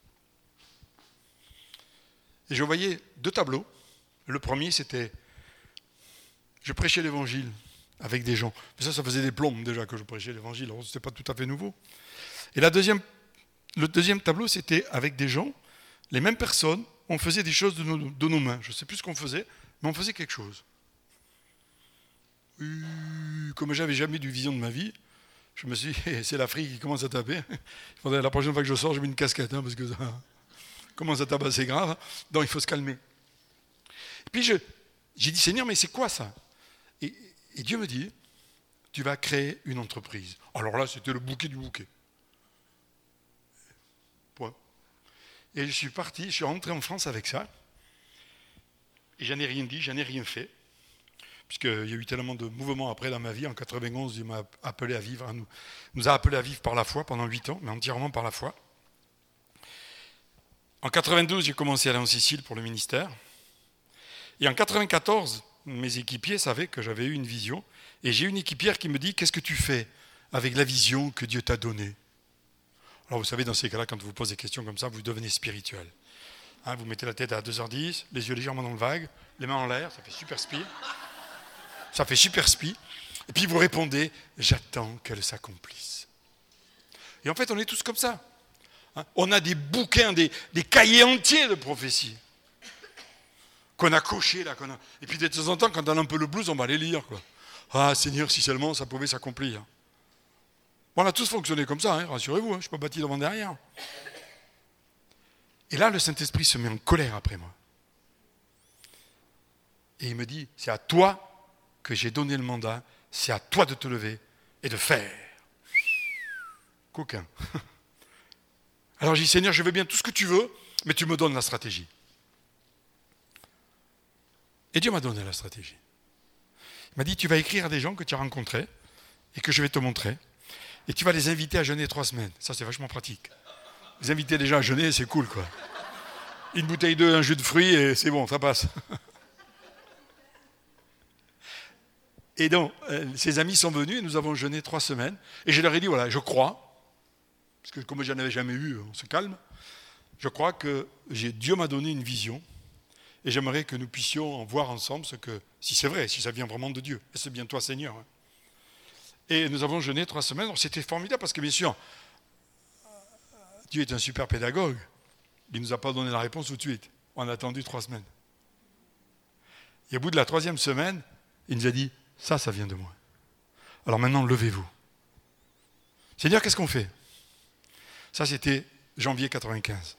Et je voyais deux tableaux. Le premier, c'était, je prêchais l'évangile avec des gens. Mais ça, ça faisait des plombes déjà que je prêchais l'évangile. Alors, ce n'était pas tout à fait nouveau. Et la deuxième, le deuxième tableau, c'était avec des gens, les mêmes personnes. On faisait des choses de nos, de nos mains. Je ne sais plus ce qu'on faisait, mais on faisait quelque chose. Et comme j'avais jamais eu vision de ma vie, je me suis dit, c'est l'Afrique qui commence à taper. Il faudrait, la prochaine fois que je sors, je mets une casquette, hein, parce que ça commence à taper, c'est grave. Donc il faut se calmer. Et puis je, j'ai dit, Seigneur, mais c'est quoi ça? et, et Dieu me dit, tu vas créer une entreprise. Alors là, c'était le bouquet du bouquet. Point. Et je suis parti, je suis rentré en France avec ça. Et j'en ai rien dit, j'en ai rien fait. Puisqu'il y a eu tellement de mouvements après dans ma vie. En quatre-vingt-onze, Dieu m'a appelé à vivre, nous, nous a appelé à vivre par la foi pendant huit ans, mais entièrement par la foi. En quatre-vingt-douze, j'ai commencé à aller en Sicile pour le ministère. Et en quatre-vingt-quatorze, mes équipiers savaient que j'avais eu une vision. Et j'ai une équipière qui me dit, qu'est-ce que tu fais avec la vision que Dieu t'a donnée? Alors vous savez, dans ces cas-là, quand on vous pose des questions comme ça, vous devenez spirituel. Hein, vous mettez la tête à deux heures dix, les yeux légèrement dans le vague, les mains en l'air, ça fait super spi. Ça fait super spi. Et puis vous répondez, j'attends qu'elle s'accomplisse. Et en fait, on est tous comme ça. Hein, on a des bouquins, des, des cahiers entiers de prophéties qu'on a cochés là. Qu'on a... Et puis de temps en temps, quand on a un peu le blues, on va les lire, quoi. Ah Seigneur, si seulement ça pouvait s'accomplir. Bon, on a tous fonctionné comme ça, hein, rassurez-vous, hein, je ne suis pas bâti devant derrière. Et là, le Saint-Esprit se met en colère après moi. Et il me dit, c'est à toi que j'ai donné le mandat, c'est à toi de te lever et de faire. Coquin. Alors j'ai dit, Seigneur, je veux bien tout ce que tu veux, mais tu me donnes la stratégie. Et Dieu m'a donné la stratégie. Il m'a dit, tu vas écrire à des gens que tu as rencontrés et que je vais te montrer. Et tu vas les inviter à jeûner trois semaines. Ça, c'est vachement pratique. Les inviter des gens à jeûner, c'est cool, quoi. Une bouteille d'eau, un jus de fruits, et c'est bon, ça passe. Et donc, euh, ses amis sont venus et nous avons jeûné trois semaines. Et je leur ai dit, voilà, je crois, parce que comme je n'en avais jamais eu, on se calme, je crois que j'ai, Dieu m'a donné une vision et j'aimerais que nous puissions en voir ensemble ce que, si c'est vrai, si ça vient vraiment de Dieu. Et c'est bien toi, Seigneur. Hein. Et nous avons jeûné trois semaines. Alors, c'était formidable parce que, bien sûr, Dieu est un super pédagogue. Il ne nous a pas donné la réponse tout de suite. On a attendu trois semaines. Et au bout de la troisième semaine, il nous a dit, ça, ça vient de moi. Alors maintenant, levez-vous. Seigneur, qu'est-ce qu'on fait? Ça, c'était janvier quatre-vingt-quinze.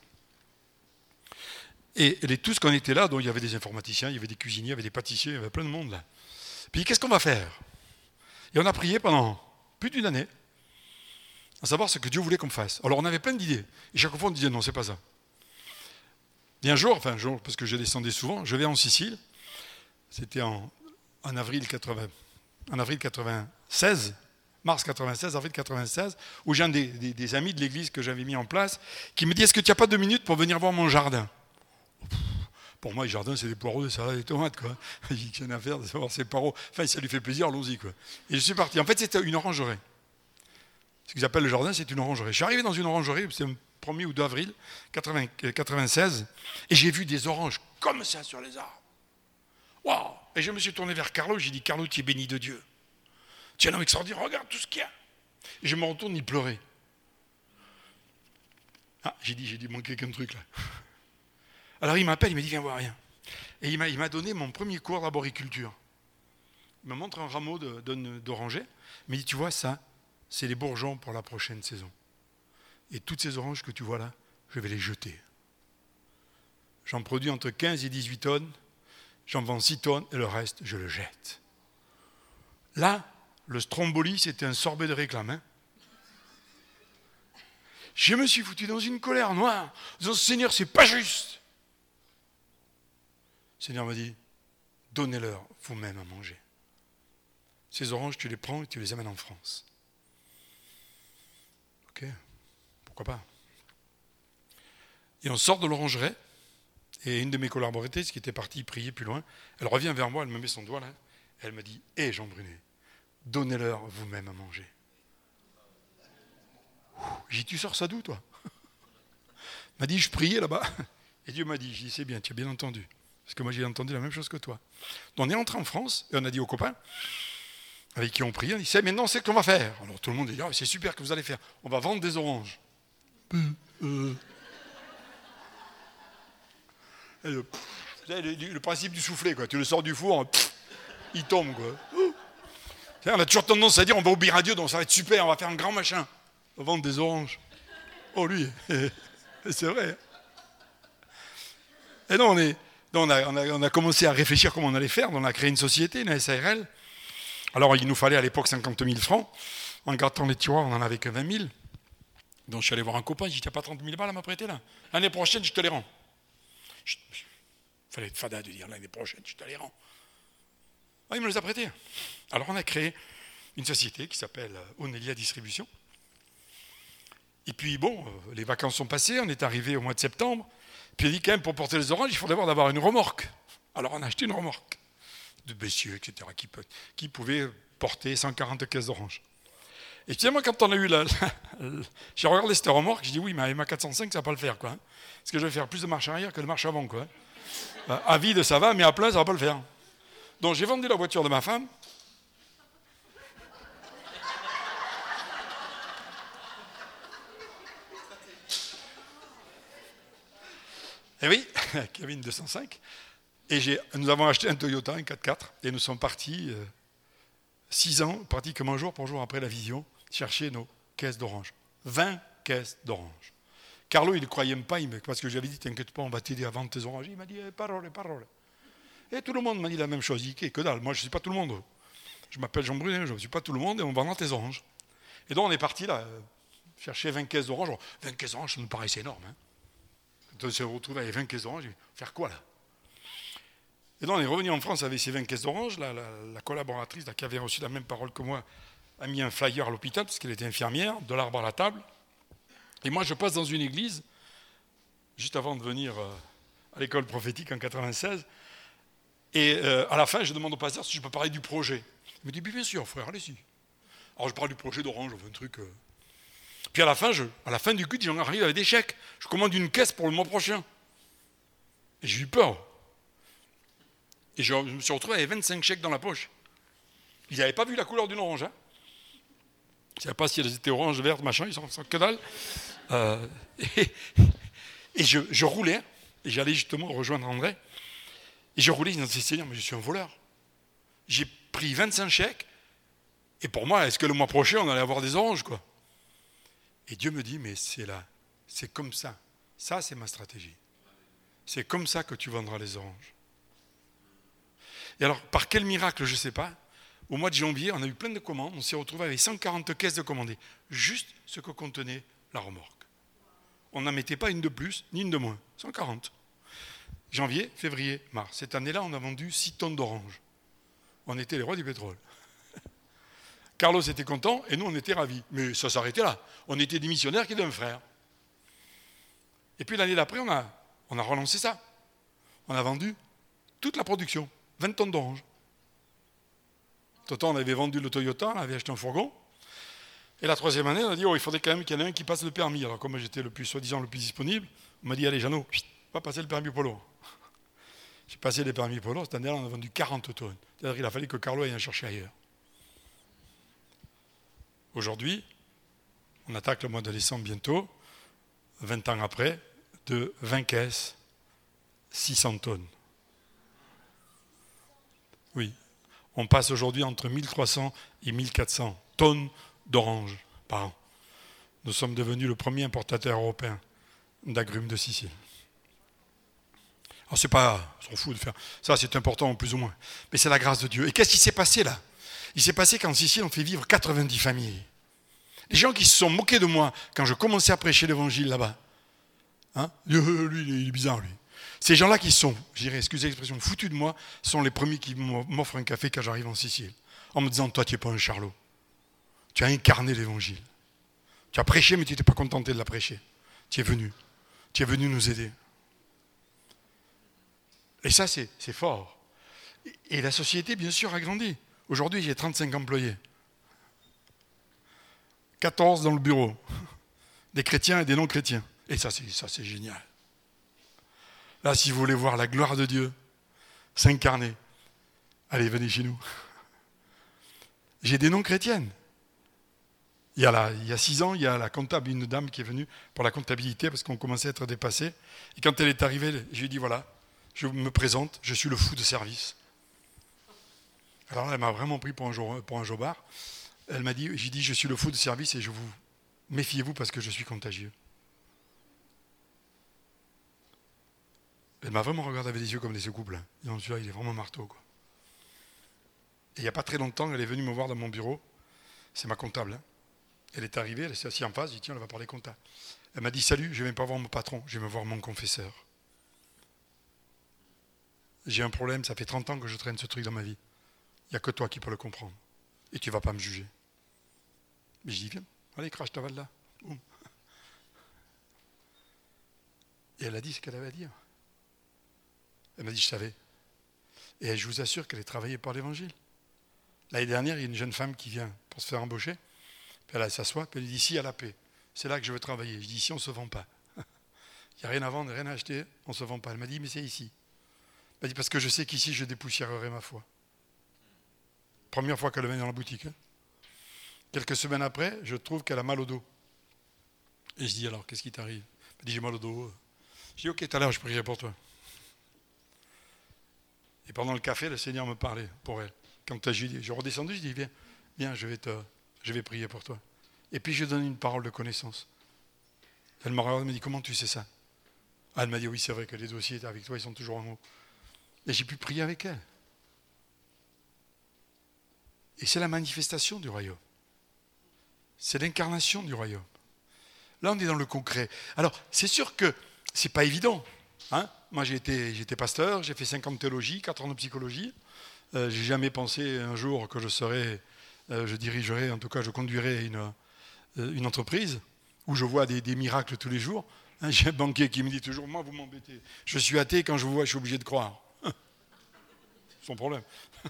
Et les, tous qu'on était là, donc il y avait des informaticiens, il y avait des cuisiniers, il y avait des pâtissiers, il y avait plein de monde là. Puis qu'est-ce qu'on va faire? Et on a prié pendant plus d'une année, à savoir ce que Dieu voulait qu'on fasse. Alors on avait plein d'idées. Et chaque fois on disait non, c'est pas ça. Et un jour, enfin un jour, parce que je descendais souvent, je vais en Sicile. C'était en, en avril quatre-vingts, en avril quatre-vingt-seize, mars quatre-vingt-seize, avril quatre-vingt-seize, où j'ai un des, des, des amis de l'église que j'avais mis en place, qui me dit, est-ce que tu n'as pas deux minutes pour venir voir mon jardin? Pour moi, le jardin, c'est des poireaux, des salades, des tomates, quoi. Il n'y a rien à faire de savoir ses poireaux. Enfin, ça lui fait plaisir, allons-y, quoi. Et je suis parti. En fait, c'était une orangerie. Ce qu'ils appellent le jardin, c'est une orangerie. Je suis arrivé dans une orangerie, c'était le premier ou deux avril quatre-vingt-seize, et j'ai vu des oranges comme ça sur les arbres. Waouh! Et je me suis tourné vers Carlo, j'ai dit, Carlo, tu es béni de Dieu. Tu es un homme extraordinaire, regarde tout ce qu'il y a. Et je me retourne, il pleurait. Ah, j'ai dit, j'ai dit, il manquait qu'un truc là. Alors il m'appelle, il me dit, viens voir, rien. Et il m'a, il m'a donné mon premier cours d'arboriculture. Il me montre un rameau de, de, d'oranger. Il me dit, tu vois, ça, c'est les bourgeons pour la prochaine saison. Et toutes ces oranges que tu vois là, je vais les jeter. J'en produis entre quinze et dix-huit tonnes. J'en vends six tonnes et le reste, je le jette. Là, le stromboli, c'était un sorbet de réclame. Hein. Je me suis foutu dans une colère noire, en disant, Seigneur, c'est pas juste. Le Seigneur m'a dit, donnez-leur vous-même à manger. Ces oranges, tu les prends et tu les amènes en France. Ok, pourquoi pas. Et on sort de l'orangerie, Et une de mes collaboratrices qui était partie prier plus loin, elle revient vers moi, elle me met son doigt là, et elle me dit « Hé Jean Brunet, donnez-leur vous-même à manger. » J'ai dit « Tu sors ça d'où toi ?» Elle m'a dit « Je priais là-bas. » Et Dieu m'a dit « J'y sais bien, tu as bien entendu. » Parce que moi j'ai entendu la même chose que toi. Donc on est entré en France et on a dit aux copains avec qui on priait, on dit c'est maintenant c'est ce qu'on va faire. Alors tout le monde dit oh, c'est super que vous allez faire. On va vendre des oranges. Euh, euh. Le, le, le principe du soufflet, quoi. Tu le sors du four, pff, il tombe, quoi. On a toujours tendance à dire on va au Biradio, donc ça va être super, on va faire un grand machin. On va vendre des oranges. Oh lui, c'est vrai. Et non, on est. Donc on, a, on, a, on a commencé à réfléchir comment on allait faire. Donc on a créé une société, une S A R L. Alors il nous fallait à l'époque cinquante mille francs. En grattant les tiroirs, on n'en avait que vingt mille. Donc je suis allé voir un copain, j'ai dit, tu n'as pas trente mille balles à m'apprêter là? L'année prochaine, je te les rends. Il fallait être fada de dire l'année prochaine, je te les rends. Ah, il me les a prêtés. Alors on a créé une société qui s'appelle Onelia Distribution. Et puis bon, les vacances sont passées, on est arrivé au mois de septembre. Puis il a dit quand même, pour porter les oranges, il faut d'abord avoir une remorque. Alors on a acheté une remorque de messieurs, et cetera, qui, peut, qui pouvait porter cent quarante caisses d'oranges. Et finalement, quand on a eu la... la, la j'ai regardé cette remorque, j'ai dit oui, mais avec ma quatre cent cinq, ça ne va pas le faire, quoi. Parce que je vais faire plus de marche arrière que de marche avant, quoi. À vide, ça va, mais à plein, ça ne va pas le faire. Donc j'ai vendu la voiture de ma femme. Et oui, Kevin deux cent cinq. Et j'ai, nous avons acheté un Toyota, un quatre-quatre, et nous sommes partis, euh, six ans, partis comme un jour pour jour après la vision, chercher nos caisses d'orange. vingt caisses d'orange. Carlo, il ne croyait même pas, il me, parce que j'avais dit, t'inquiète pas, on va t'aider à vendre tes oranges. Il m'a dit, eh, parole, parole. Et tout le monde m'a dit la même chose. Il dit, que dalle, moi je ne suis pas tout le monde. Je m'appelle Jean Brunet, je ne suis pas tout le monde, et on vendra tes oranges. Et donc on est parti là, euh, chercher vingt caisses d'orange. vingt caisses d'orange, ça nous paraissait énorme. Hein. Quand on s'est retrouvé avec vingt caisses d'orange, j'ai dit, faire quoi là? Et donc on est revenu en France avec ces vingt caisses d'orange. La, la, la collaboratrice là, qui avait reçu la même parole que moi a mis un flyer à l'hôpital parce qu'elle était infirmière, de l'arbre à la table. Et moi je passe dans une église, juste avant de venir euh, à l'école prophétique en quatre-vingt-seize. Et euh, à la fin, je demande au pasteur si je peux parler du projet. Il me dit, bien sûr frère, allez-y. Alors je parle du projet d'orange, un truc... Euh... Puis à la fin, je, à la fin du culte, j'en arrive avec des chèques. Je commande une caisse pour le mois prochain. Et j'ai eu peur. Et je me suis retrouvé avec vingt-cinq chèques dans la poche. Ils n'avaient pas vu la couleur d'une orange. Hein. Je ne savais pas si elles étaient oranges, vertes, machin, ils sont sans que dalle. Euh, et et je, je roulais, et j'allais justement rejoindre André. Et je roulais, je disais, Seigneur, mais je suis un voleur. J'ai pris vingt-cinq chèques, et pour moi, est-ce que le mois prochain, on allait avoir des oranges, quoi? Et Dieu me dit, mais c'est là, c'est comme ça. Ça, c'est ma stratégie. C'est comme ça que tu vendras les oranges. Et alors, par quel miracle, je ne sais pas, au mois de janvier, on a eu plein de commandes, on s'est retrouvé avec cent quarante caisses de commandées, juste ce que contenait la remorque. On n'en mettait pas une de plus, ni une de moins, cent quarante. Janvier, février, mars. Cette année-là, on a vendu six tonnes d'oranges. On était les rois du pétrole. Carlos était content et nous, on était ravis. Mais ça s'arrêtait là. On était des missionnaires qui étaient un frère. Et puis l'année d'après, on a, on a relancé ça. On a vendu toute la production, vingt tonnes d'oranges. Tout on avait vendu le Toyota, on avait acheté un fourgon. Et la troisième année, on a dit, oh, il faudrait quand même qu'il y en ait un qui passe le permis. Alors comme j'étais le plus, soi-disant, le plus disponible, on m'a dit, allez, Jeannot, va passer le permis poids lourd. J'ai passé les permis poids lourd. Cette année-là, on a vendu quarante tonnes. C'est-à-dire qu'il a fallu que Carlo aille en chercher ailleurs. Aujourd'hui, on attaque le mois de décembre bientôt, vingt ans après, de vingt caisses, six cents tonnes. Oui, on passe aujourd'hui entre mille trois cents et mille quatre cents tonnes d'oranges par an. Nous sommes devenus le premier importateur européen d'agrumes de Sicile. Alors c'est pas, on s'en fout de faire, ça c'est important plus ou moins, mais c'est la grâce de Dieu. Et qu'est-ce qui s'est passé là? Il s'est passé qu'en Sicile, on fait vivre quatre-vingt-dix familles. Les gens qui se sont moqués de moi quand je commençais à prêcher l'évangile là-bas. Hein? Lui, il est bizarre, lui. Ces gens-là qui sont, je dirais, excusez l'expression, foutus de moi, sont les premiers qui m'offrent un café quand j'arrive en Sicile. En me disant, toi, tu n'es pas un charlot. Tu as incarné l'évangile. Tu as prêché, mais tu n'étais pas contenté de la prêcher. Tu es venu. Tu es venu nous aider. Et ça, c'est, c'est fort. Et, et la société, bien sûr, a grandi. Aujourd'hui, j'ai trente-cinq employés. quatorze dans le bureau. Des chrétiens et des non-chrétiens. Et ça, c'est, ça, c'est génial. Là, si vous voulez voir la gloire de Dieu s'incarner, allez, venez chez nous. J'ai des non-chrétiennes. Il y, a la, il y a six ans, il y a la comptable, une dame qui est venue pour la comptabilité parce qu'on commençait à être dépassé. Et quand elle est arrivée, je lui ai dit, voilà, je me présente, je suis le fou de service. Alors là, elle m'a vraiment pris pour un, jo- pour un jobard. Elle m'a dit, j'ai dit, je suis le fou de service et je vous méfiez-vous parce que je suis contagieux. Elle m'a vraiment regardé avec des yeux comme des secouples. Hein. Donc celui-là, il est vraiment marteau, quoi. Et il n'y a pas très longtemps, elle est venue me voir dans mon bureau. C'est ma comptable. Hein. Elle est arrivée, elle s'est assise en face, j'ai dit, tiens, elle va parler compta. Elle m'a dit, salut, je ne viens pas voir mon patron, je vais me voir mon confesseur. J'ai un problème, ça fait trente ans que je traîne ce truc dans ma vie. Il n'y a que toi qui peux le comprendre. Et tu ne vas pas me juger. Mais je dis, viens, allez, crache ta balle là. Boum. Et elle a dit ce qu'elle avait à dire. Elle m'a dit, je savais. Et je vous assure qu'elle est travaillée par l'évangile. L'année dernière, il y a une jeune femme qui vient pour se faire embaucher. Puis elle s'assoit, puis elle dit, ici, à la paix. C'est là que je veux travailler. Je dis, ici, on ne se vend pas. Il n'y a rien à vendre, rien à acheter, on ne se vend pas. Elle m'a dit, mais c'est ici. Elle m'a dit, parce que je sais qu'ici, je dépoussiérerai ma foi. Première fois qu'elle vient dans la boutique. Hein. Quelques semaines après, je trouve qu'elle a mal au dos. Et je dis, alors, qu'est-ce qui t'arrive? Elle dit, j'ai mal au dos. Je dis, ok, tout à l'heure, je prierai pour toi. Et pendant le café, le Seigneur me parlait pour elle. Quand je, je redescendu, je dis, viens, viens, je vais, te, je vais prier pour toi. Et puis, je donne une parole de connaissance. Elle m'a regardé et m'a dit, comment tu sais ça? Ah, elle m'a dit, oui, c'est vrai que les dossiers avec toi, ils sont toujours en haut. Et j'ai pu prier avec elle. Et c'est la manifestation du royaume. C'est l'incarnation du royaume. Là, on est dans le concret. Alors, c'est sûr que ce n'est pas évident. Hein? Moi, j'ai été, j'ai été pasteur, j'ai fait cinq ans de théologie, quatre ans de psychologie. Euh, j'ai jamais pensé un jour que je serais, euh, je dirigerais, en tout cas, je conduirais une, euh, une entreprise où je vois des, des miracles tous les jours. Hein, j'ai un banquier qui me dit toujours, moi, vous m'embêtez. Je suis athée, quand je vous vois, je suis obligé de croire. Son problème.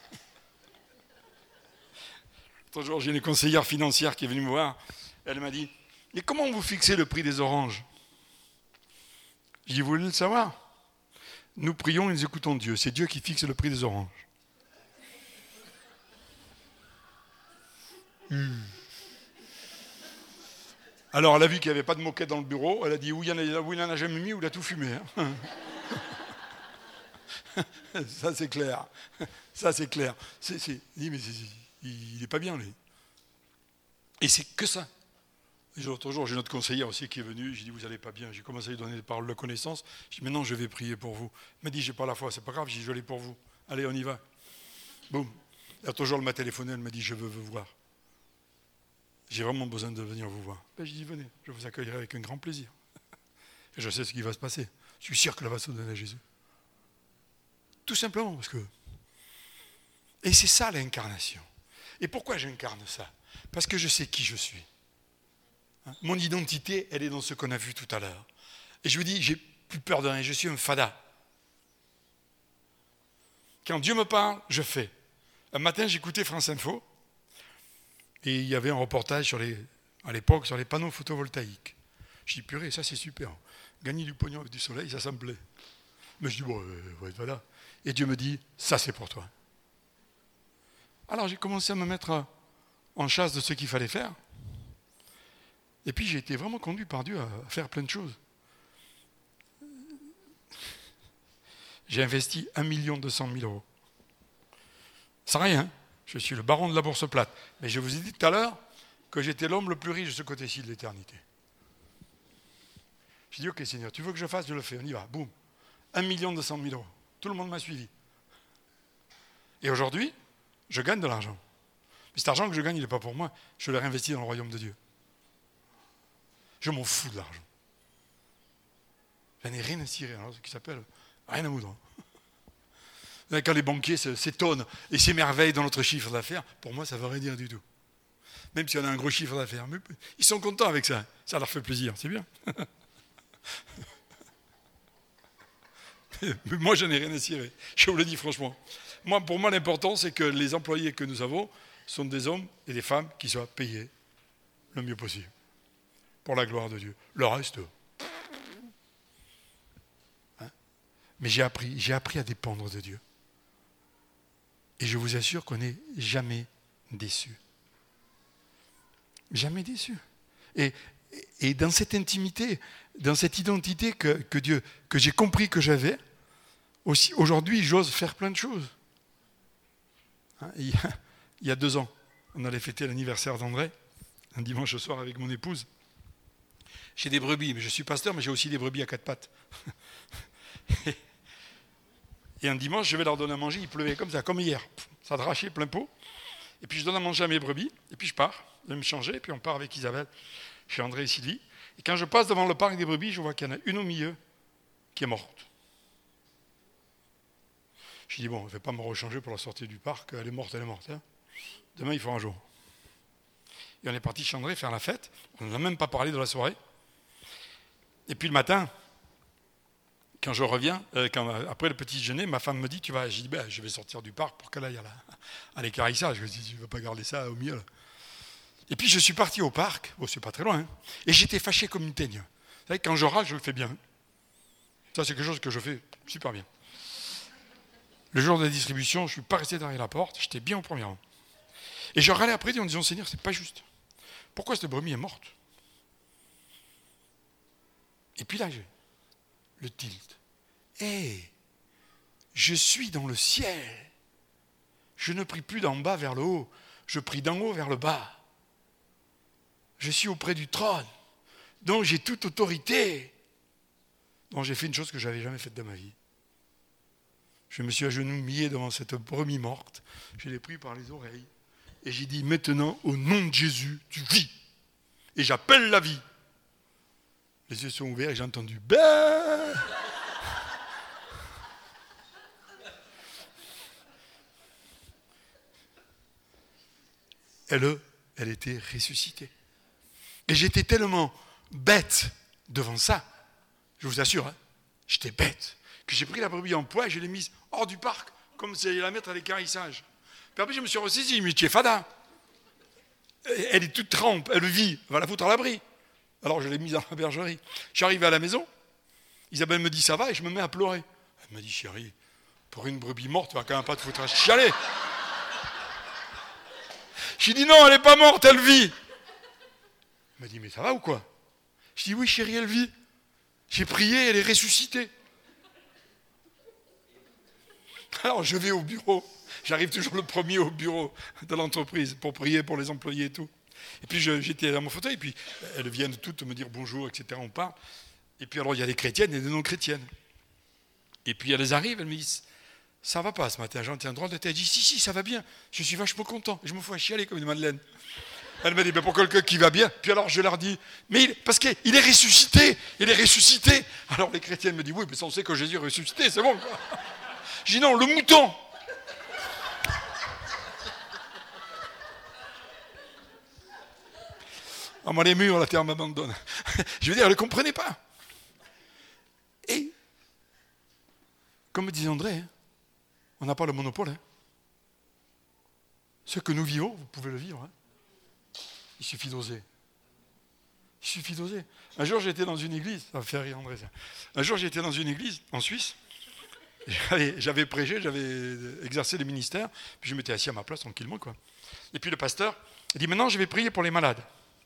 L'autre jour, j'ai une conseillère financière qui est venue me voir. Elle m'a dit, mais comment vous fixez le prix des oranges? J'ai dit, vous voulez le savoir? Nous prions et nous écoutons Dieu. C'est Dieu qui fixe le prix des oranges. Hmm. Alors, elle a vu qu'il n'y avait pas de moquette dans le bureau. Elle a dit, où il n'en a jamais mis, ou il a tout fumé. Hein. Ça, c'est clair. Ça, c'est clair. C'est, c'est, il dit, mais c'est, il n'est pas bien, lui. Et c'est que ça. Et l'autre jour, j'ai notre conseillère aussi qui est venue. J'ai dit, vous n'allez pas bien. J'ai commencé à lui donner des paroles de connaissance. J'ai dit, mais non, je vais prier pour vous. Elle m'a dit, j'ai pas la foi, c'est pas grave. J'ai dit, je l'ai pour vous. Allez, on y va. Boum. L'autre jour, elle m'a téléphoné. Elle m'a dit, je veux vous voir. J'ai vraiment besoin de venir vous voir. Ben, j'ai dit, venez, je vous accueillerai avec un grand plaisir. Et je sais ce qui va se passer. Je suis sûr qu'elle va se donner à Jésus. Tout simplement parce que... Et c'est ça l'incarnation. Et pourquoi j'incarne ça? Parce que je sais qui je suis. Hein? Mon identité, elle est dans ce qu'on a vu tout à l'heure. Et je vous dis, j'ai plus peur de rien, je suis un fada. Quand Dieu me parle, je fais. Un matin, j'écoutais France Info, et il y avait un reportage sur les, à l'époque sur les panneaux photovoltaïques. Je dis, purée, ça c'est super. Gagner du pognon avec du soleil, ça, ça me plaît. Mais je dis, bon, euh, ouais, voilà. Et Dieu me dit, ça c'est pour toi. Alors j'ai commencé à me mettre en chasse de ce qu'il fallait faire. Et puis j'ai été vraiment conduit par Dieu à faire plein de choses. J'ai investi un million deux cent mille euros. C'est rien, je suis le baron de la bourse plate. Mais je vous ai dit tout à l'heure que j'étais l'homme le plus riche de ce côté-ci de l'éternité. J'ai dit, ok Seigneur, tu veux que je fasse, je le fais, on y va, boum. un million deux cent mille euros. Tout le monde m'a suivi. Et aujourd'hui, je gagne de l'argent. Mais cet argent que je gagne, il n'est pas pour moi. Je l'ai réinvesti dans le royaume de Dieu. Je m'en fous de l'argent. J'en ai rien à cirer, alors, ce qui s'appelle rien à moudre. Quand les banquiers s'étonnent et s'émerveillent dans notre chiffre d'affaires, pour moi, ça ne veut rien dire du tout. Même si on a un gros chiffre d'affaires. Mais ils sont contents avec ça. Ça leur fait plaisir, c'est bien. Mais moi, je n'ai rien à cirer. Je vous le dis franchement. Moi, pour moi, l'important, c'est que les employés que nous avons sont des hommes et des femmes qui soient payés le mieux possible. Pour la gloire de Dieu. Le reste... Hein? Mais j'ai appris, j'ai appris à dépendre de Dieu. Et je vous assure qu'on n'est jamais déçu. Jamais déçu. Et, et dans cette intimité, dans cette identité que, que Dieu, que j'ai compris que j'avais, aussi, aujourd'hui, j'ose faire plein de choses. Hein, il, y a, il y a deux ans, on allait fêter l'anniversaire d'André, un dimanche soir avec mon épouse. J'ai des brebis, mais je suis pasteur, mais j'ai aussi des brebis à quatre pattes. Et un dimanche, je vais leur donner à manger, il pleuvait comme ça, comme hier. Ça drachait plein pot. Et puis je donne à manger à mes brebis, et puis je pars, je vais me changer, et puis on part avec Isabelle, chez André et Sylvie. Et quand je passe devant le parc des brebis, je vois qu'il y en a une au milieu qui est morte. Je dis, bon, je ne vais pas me rechanger pour la sortie du parc, elle est morte, elle est morte. Hein. Demain, il fera un jour. Et on est parti chez André faire la fête, on n'a même pas parlé de la soirée. Et puis le matin, quand je reviens, euh, quand, après le petit déjeuner, ma femme me dit, tu vas, j'ai dit, ben, je vais sortir du parc pour qu'elle aille à, la, à l'équarrissage. Je me dis, tu ne veux pas garder ça au milieu. Là. Et puis je suis parti au parc, bon, c'est pas très loin, hein, et j'étais fâché comme une teigne. Vous savez, quand je râle, je le fais bien. Ça, c'est quelque chose que je fais super bien. Le jour de la distribution, je ne suis pas resté derrière la porte, j'étais bien au premier rang. Et je râlais après en disant, Seigneur, c'est pas juste. Pourquoi cette brebis est morte? Et puis là, j'ai le tilt. Hé, hey, je suis dans le ciel. Je ne prie plus d'en bas vers le haut, je prie d'en haut vers le bas. Je suis auprès du trône, donc j'ai toute autorité. Donc j'ai fait une chose que je n'avais jamais faite de ma vie. Je me suis agenouillé devant cette brebis morte, je l'ai pris par les oreilles, et j'ai dit, maintenant, au nom de Jésus, tu vis. Et j'appelle la vie. Les yeux sont ouverts et j'ai entendu, ben. Elle, elle était ressuscitée. Et j'étais tellement bête devant ça, je vous assure, hein, j'étais bête, que j'ai pris la brebis en poids et je l'ai mise hors du parc, comme si j'allais la mettre à l'équarrissage. Puis après, je me suis ressaisi, mais tu es fada. Elle est toute trempe, elle vit, on va la foutre à l'abri. Alors je l'ai mise dans la bergerie. Je suis arrivé à la maison, Isabelle me dit ça va, et je me mets à pleurer. Elle m'a dit, chérie, pour une brebis morte, tu vas quand même pas te foutre à chialer. J'ai dit non, elle n'est pas morte, elle vit. Elle m'a dit, mais ça va ou quoi? Je dis, oui chérie, elle vit. J'ai prié, elle est ressuscitée. Alors je vais au bureau. J'arrive toujours le premier au bureau de l'entreprise pour prier pour les employés et tout. Et puis je, j'étais dans mon fauteuil, et puis elles viennent toutes me dire bonjour, et cetera. On parle. Et puis alors il y a des chrétiennes et des non-chrétiennes. Et puis elles arrivent, elles me disent, ça va pas ce matin, j'en tiens droit de tête. Je dis, si, si, ça va bien. Je suis vachement content. Je me fous à chialer comme une madeleine. Elle m'a dit, ben pour quelqu'un qui va bien. Puis alors je leur dis, mais il, parce qu'il est ressuscité, il est ressuscité. Alors les chrétiennes me disent, oui, mais ça on sait que Jésus est ressuscité, c'est bon quoi. Je dis non, le mouton. Ah, moi les murs, la terre m'abandonne. Je veux dire, elle ne comprenait pas. Et, comme disait André, hein, on n'a pas le monopole. Hein. Ce que nous vivons, vous pouvez le vivre. Hein. Il suffit d'oser. Il suffit d'oser. Un jour, j'étais dans une église, ça va faire rire André. Ça. Un jour, j'étais dans une église en Suisse. J'avais, j'avais prêché, j'avais exercé le ministère, puis je m'étais assis à ma place tranquillement, quoi. Et puis le pasteur, il dit, maintenant, je vais prier pour les malades.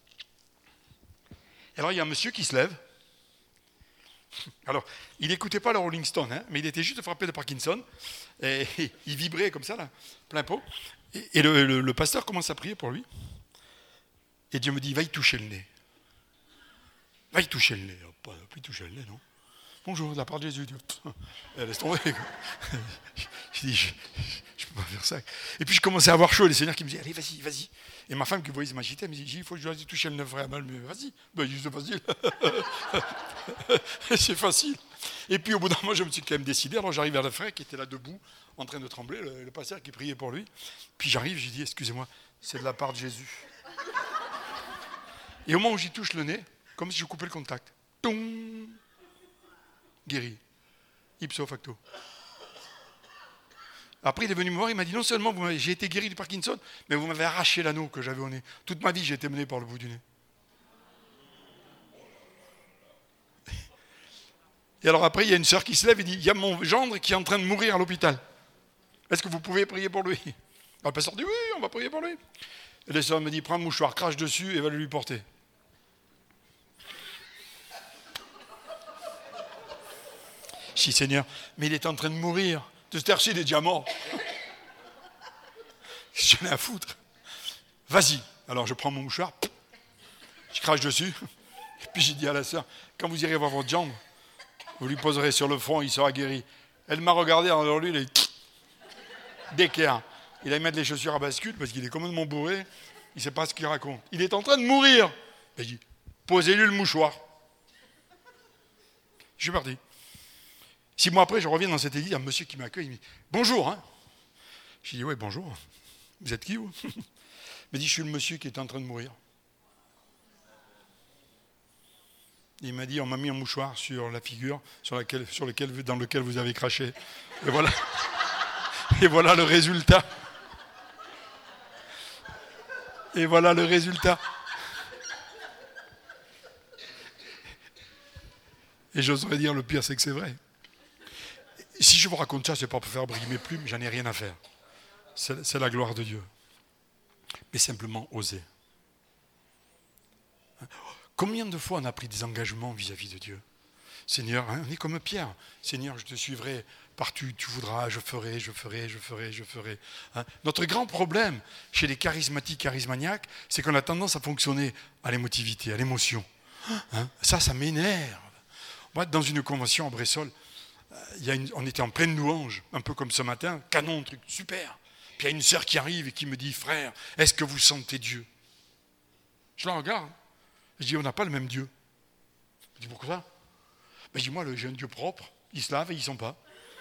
Et alors, il y a un monsieur qui se lève. Alors, il n'écoutait pas le Rolling Stone, hein, mais il était juste frappé de Parkinson. Et, et il vibrait comme ça, là, plein pot. Et, et le, le, le pasteur commence à prier pour lui. Et Dieu me dit, va y toucher le nez. Va y toucher le nez. Pas, pas y toucher le nez, non. Bonjour, de la part de Jésus. Dieu. Laisse tomber. Je dis, je ne peux pas faire ça. Et puis je commençais à avoir chaud. Les seigneurs qui me disaient, allez, vas-y, vas-y. Et ma femme qui voyait m'agiter, elle me dit, il faut que je dois toucher le nez frère. Mais vas-y. Ben, juste facile. C'est facile. Et puis au bout d'un moment, je me suis quand même décidé. Alors j'arrive vers le frère qui était là debout, en train de trembler, le, le pasteur qui priait pour lui. Puis j'arrive, j'ai dit, excusez-moi, c'est de la part de Jésus. Et au moment où j'y touche le nez, comme si je coupais le contact, toum, guéri. ipso facto. Après, il est venu me voir, il m'a dit, non seulement vous m'avez- j'ai été guéri du Parkinson, mais vous m'avez arraché l'anneau que j'avais au nez. Toute ma vie, j'ai été mené par le bout du nez. Et alors après, il y a une sœur qui se lève et dit, il y a mon gendre qui est en train de mourir à l'hôpital. Est-ce que vous pouvez prier pour lui? Le pasteur dit, oui, on va prier pour lui. Et la sœur me dit, prends un mouchoir, crache dessus et va le lui porter. Je dis, Seigneur, mais il est en train de mourir. De ce terre-ci, il est déjà mort. J'en ai à foutre. Vas-y. Alors je prends mon mouchoir, je crache dessus. Et puis j'ai dit à la sœur, quand vous irez voir votre jambe, vous lui poserez sur le front, il sera guéri. Elle m'a regardé, alors lui, il est d'équerre. Il va mettre les chaussures à bascule parce qu'il est complètement bourré. Il ne sait pas ce qu'il raconte. Il est en train de mourir. J'ai dit, posez-lui le mouchoir. Je suis parti. Six mois après, je reviens dans cette église, il y a un monsieur qui m'accueille, il me dit, bonjour. Hein. J'ai dit, oui, bonjour. Vous êtes qui, vous? Il m'a dit, je suis le monsieur qui est en train de mourir. Il m'a dit, on m'a mis un mouchoir sur la figure sur laquelle, sur lequel, dans lequel vous avez craché. Et voilà, et voilà le résultat. Et voilà le résultat. Et j'oserais dire, le pire, c'est que c'est vrai. Si je vous raconte ça, c'est pas pour faire briller mes plumes, j'en ai rien à faire. C'est, c'est la gloire de Dieu. Mais simplement oser. Combien de fois on a pris des engagements vis-à-vis de Dieu? Seigneur, hein, on est comme Pierre. Seigneur, je te suivrai partout tu voudras, je ferai, je ferai, je ferai, je ferai. Hein. Notre grand problème chez les charismatiques, charismaniaques, c'est qu'on a tendance à fonctionner à l'émotivité, à l'émotion. Hein. Ça, ça m'énerve. Moi, dans une convention à Bressol, il y a une, on était en pleine louange, un peu comme ce matin, canon, truc super. Puis il y a une sœur qui arrive et qui me dit, frère, est-ce que vous sentez Dieu? Je la regarde. Je dis, on n'a pas le même Dieu. Je dis, pourquoi ça? Ben, je dis, moi, j'ai un Dieu propre, il se lave et il ne sent pas.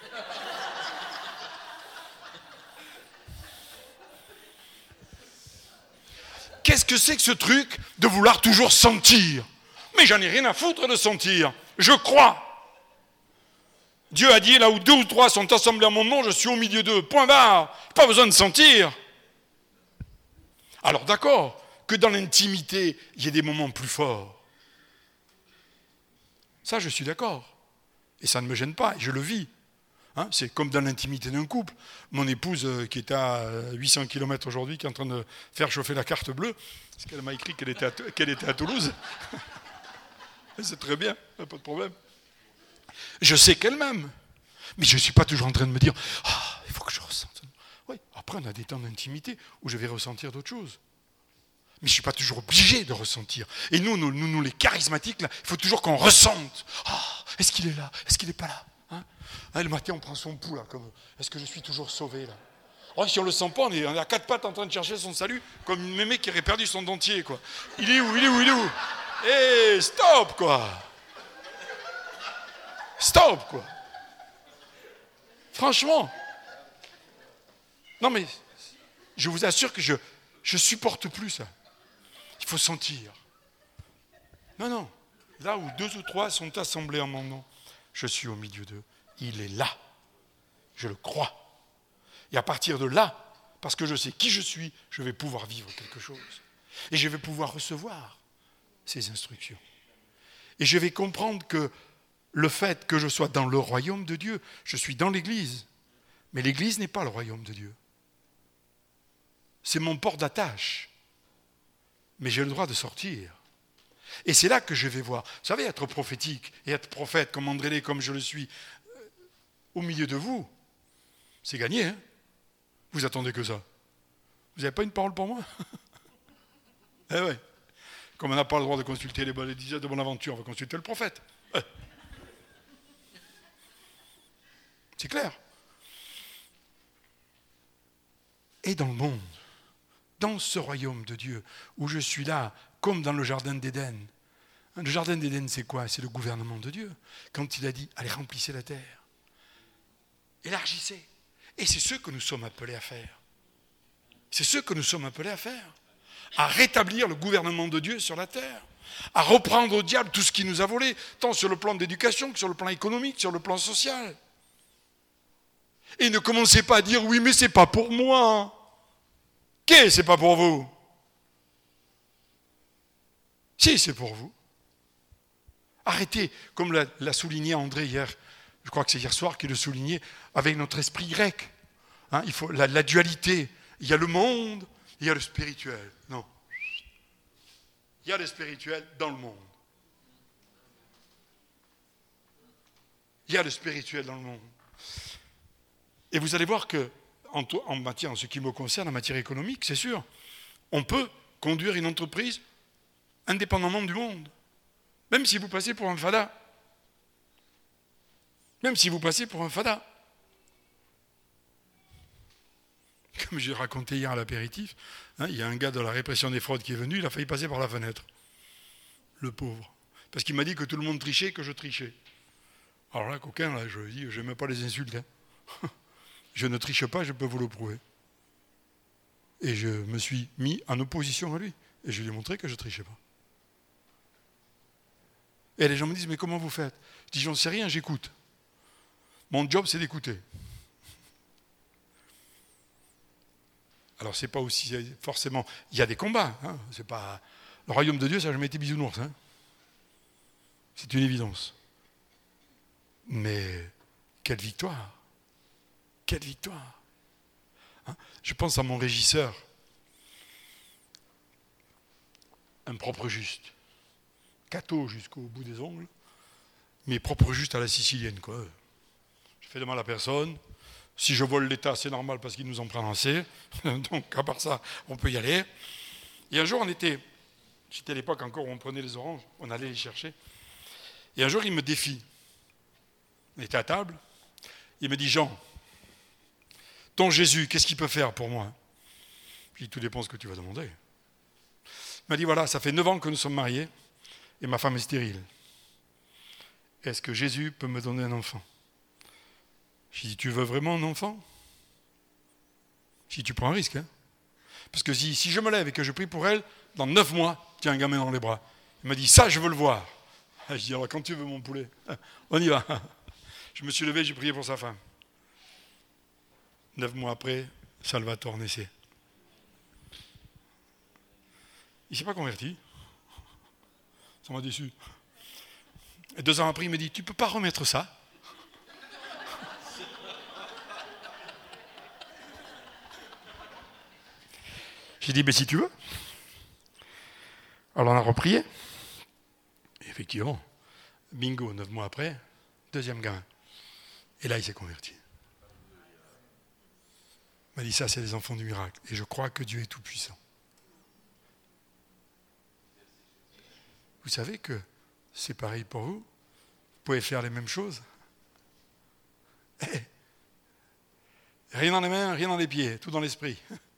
Qu'est-ce que c'est que ce truc de vouloir toujours sentir? Mais j'en ai rien à foutre de sentir. Je crois. Dieu a dit, là où deux ou trois sont assemblés à mon nom, je suis au milieu d'eux. Point barre. Pas besoin de sentir. Alors d'accord, que dans l'intimité, il y ait des moments plus forts. Ça, je suis d'accord. Et ça ne me gêne pas, et je le vis. Hein, c'est comme dans l'intimité d'un couple. Mon épouse, euh, qui est à huit cents kilomètres aujourd'hui, qui est en train de faire chauffer la carte bleue, parce qu'elle m'a écrit qu'elle était à, qu'elle était à Toulouse. C'est très bien, pas de problème. Je sais qu'elle m'aime, mais je ne suis pas toujours en train de me dire « Ah, il faut que je ressente. » Oui, après on a des temps d'intimité où je vais ressentir d'autres choses. Mais je ne suis pas toujours obligé de ressentir. Et nous, nous, nous, nous les charismatiques, là, il faut toujours qu'on ressente. Ah, est-ce qu'il est là? Est-ce qu'il n'est pas là? Hein? Ah, le matin, on prend son pouls, là, comme est-ce que je suis toujours sauvé, là? Oh, si on ne le sent pas, on est, on est à quatre pattes en train de chercher son salut, comme une mémé qui aurait perdu son dentier, quoi. Il est où? Il est où? Il est où? Eh, stop, quoi! Stop, quoi! Franchement. Non, mais je vous assure que je ne supporte plus ça. Il faut sentir. Non, non. Là où deux ou trois sont assemblés en mon nom, je suis au milieu d'eux. Il est là. Je le crois. Et à partir de là, parce que je sais qui je suis, je vais pouvoir vivre quelque chose. Et je vais pouvoir recevoir ces instructions. Et je vais comprendre que le fait que je sois dans le royaume de Dieu, je suis dans l'Église. Mais l'Église n'est pas le royaume de Dieu. C'est mon port d'attache. Mais j'ai le droit de sortir. Et c'est là que je vais voir. Vous savez, être prophétique et être prophète comme André, comme je le suis, euh, au milieu de vous, c'est gagné, hein? Vous attendez que ça. Vous n'avez pas une parole pour moi? Eh ouais. Comme on n'a pas le droit de consulter les baladiseurs de Bonaventure, on va consulter le prophète. Eh. C'est clair. Et dans le monde, dans ce royaume de Dieu, où je suis là, comme dans le jardin d'Éden. Le jardin d'Éden, c'est quoi? C'est le gouvernement de Dieu. Quand il a dit, allez, remplissez la terre. Élargissez. Et c'est ce que nous sommes appelés à faire. C'est ce que nous sommes appelés à faire. À rétablir le gouvernement de Dieu sur la terre. À reprendre au diable tout ce qu'il nous a volé, tant sur le plan d'éducation que sur le plan économique, sur le plan social. Et ne commencez pas à dire, oui, mais c'est pas pour moi. Qu'est-ce que c'est pas pour vous? Si, c'est pour vous. Arrêtez, comme l'a, l'a souligné André hier, je crois que c'est hier soir qu'il le soulignait, avec notre esprit grec. Hein, il faut la, la dualité. Il y a le monde, il y a le spirituel. Non. Il y a le spirituel dans le monde. Il y a le spirituel dans le monde. Et vous allez voir que, en, en matière, en ce qui me concerne, en matière économique, c'est sûr, on peut conduire une entreprise indépendamment du monde. Même si vous passez pour un fada. Même si vous passez pour un fada. Comme j'ai raconté hier à l'apéritif, hein, il y a un gars de la répression des fraudes qui est venu, il a failli passer par la fenêtre. Le pauvre. Parce qu'il m'a dit que tout le monde trichait, que je trichais. Alors là, coquin, là, je lui dis, je n'aime pas les insultes. Hein. Je ne triche pas, je peux vous le prouver. Et je me suis mis en opposition à lui. Et je lui ai montré que je ne trichais pas. Et les gens me disent, mais comment vous faites? Je dis, j'en sais rien, j'écoute. Mon job, c'est d'écouter. Alors, c'est pas aussi forcément... Il y a des combats. Hein, c'est pas... Le royaume de Dieu, ça n'a jamais été bisounours. Hein. C'est une évidence. Mais quelle victoire! Quelle victoire! Hein, je pense à mon régisseur. Un propre juste. Cato jusqu'au bout des ongles, mais propre juste à la sicilienne, quoi. Je fais de mal à personne. Si je vole l'État, c'est normal parce qu'il nous en prend assez. Donc, à part ça, on peut y aller. Et un jour, on était, c'était à l'époque encore où on prenait les oranges, on allait les chercher. Et un jour, il me défie. On était à table. Il me dit, Jean, ton Jésus, qu'est-ce qu'il peut faire pour moi? Puis tout dépend de ce que tu vas demander. Il m'a dit, voilà, ça fait neuf ans que nous sommes mariés. Et ma femme est stérile. Est-ce que Jésus peut me donner un enfant? J'ai dit, tu veux vraiment un enfant? J'ai dit, tu prends un risque. Hein, parce que si, si je me lève et que je prie pour elle, dans neuf mois, tu as un gamin dans les bras. Il m'a dit, ça, je veux le voir. Je dis, alors quand tu veux, mon poulet, on y va. Je me suis levé, j'ai prié pour sa femme. Neuf mois après, Salvatore naissait. Il ne s'est pas converti. Ça m'a déçu. Et deux ans après, il me dit, tu ne peux pas remettre ça? J'ai dit, ben si tu veux. Alors on a reprié. Et effectivement, bingo, neuf mois après, deuxième gamin. Et là, il s'est converti. Il m'a dit, ça, c'est les enfants du miracle. Et je crois que Dieu est tout-puissant. Vous savez que c'est pareil pour vous. Vous pouvez faire les mêmes choses. Hey. Rien dans les mains, rien dans les pieds, tout dans l'esprit.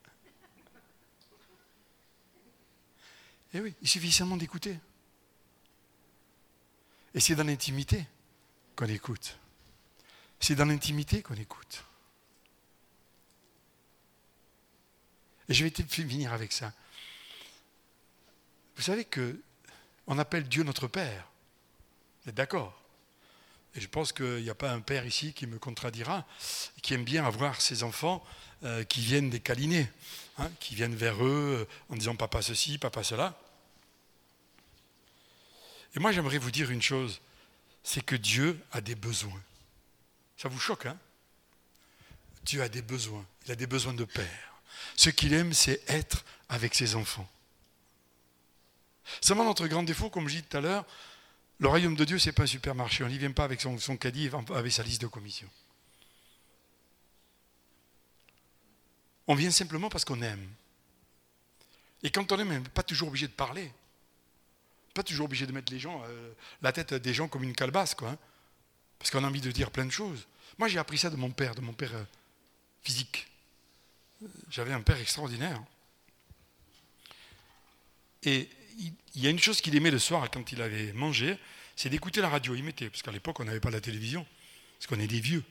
Et oui, il suffit seulement d'écouter. Et c'est dans l'intimité qu'on écoute. C'est dans l'intimité qu'on écoute. Et je vais te finir avec ça. Vous savez que on appelle Dieu notre Père. Vous êtes d'accord? Et je pense qu'il n'y a pas un père ici qui me contredira, qui aime bien avoir ses enfants euh, qui viennent des câliner, hein, qui viennent vers eux en disant papa ceci, papa cela. Et moi j'aimerais vous dire une chose, c'est que Dieu a des besoins. Ça vous choque, hein? Dieu a des besoins, il a des besoins de père. Ce qu'il aime, c'est être avec ses enfants. Seulement notre grand défaut, comme je dis tout à l'heure, le royaume de Dieu, ce n'est pas un supermarché. On n'y vient pas avec son, son caddie, avec sa liste de commissions. On vient simplement parce qu'on aime. Et quand on aime, on n'est pas toujours obligé de parler. Pas toujours obligé de mettre les gens, euh, la tête des gens comme une calebasse, quoi. Hein, parce qu'on a envie de dire plein de choses. Moi, j'ai appris ça de mon père, de mon père euh, physique. J'avais un père extraordinaire. Et il y a une chose qu'il aimait le soir quand il avait mangé, c'est d'écouter la radio. Il mettait, parce qu'à l'époque, on n'avait pas la télévision, parce qu'on est des vieux.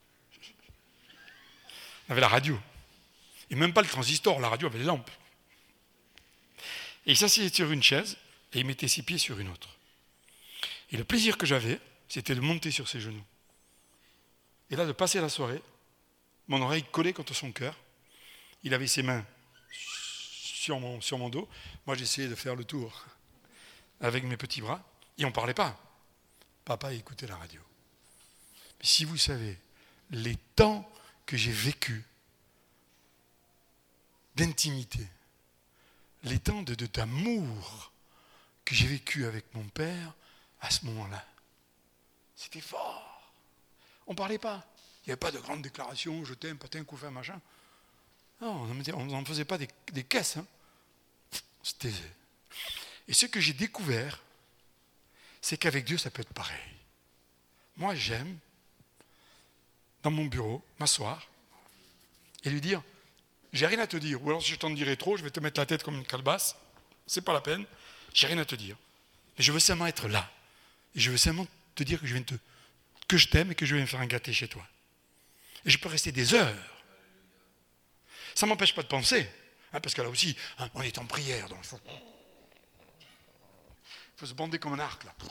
On avait la radio. Et même pas le transistor, la radio avait les lampes. Et il s'asseyait sur une chaise, et il mettait ses pieds sur une autre. Et le plaisir que j'avais, c'était de monter sur ses genoux. Et là, de passer la soirée mon oreille collée contre son cœur. Il avait ses mains sur mon, sur mon dos. Moi, j'essayais de faire le tour avec mes petits bras. Et on ne parlait pas. Papa écoutait la radio. Mais si vous savez, les temps que j'ai vécus d'intimité, les temps de, de, d'amour que j'ai vécu avec mon père à ce moment-là, c'était fort. On ne parlait pas. Il n'y avait pas de grandes déclarations, je t'aime, patin, couffin, machin. Non, on n'en faisait pas des, des caisses. Hein. C'était... Et ce que j'ai découvert, c'est qu'avec Dieu, ça peut être pareil. Moi, j'aime, dans mon bureau, m'asseoir et lui dire, j'ai rien à te dire. Ou alors, si je t'en dirai trop, je vais te mettre la tête comme une calebasse. C'est pas la peine. J'ai rien à te dire. Mais je veux seulement être là. Et je veux seulement te dire que je viens te, que je t'aime et que je viens me faire un gâté chez toi. Et je peux rester des heures. Ça ne m'empêche pas de penser. Hein, parce que là aussi, hein, on est en prière. Donc il faut, il faut se bander comme un arc. Là.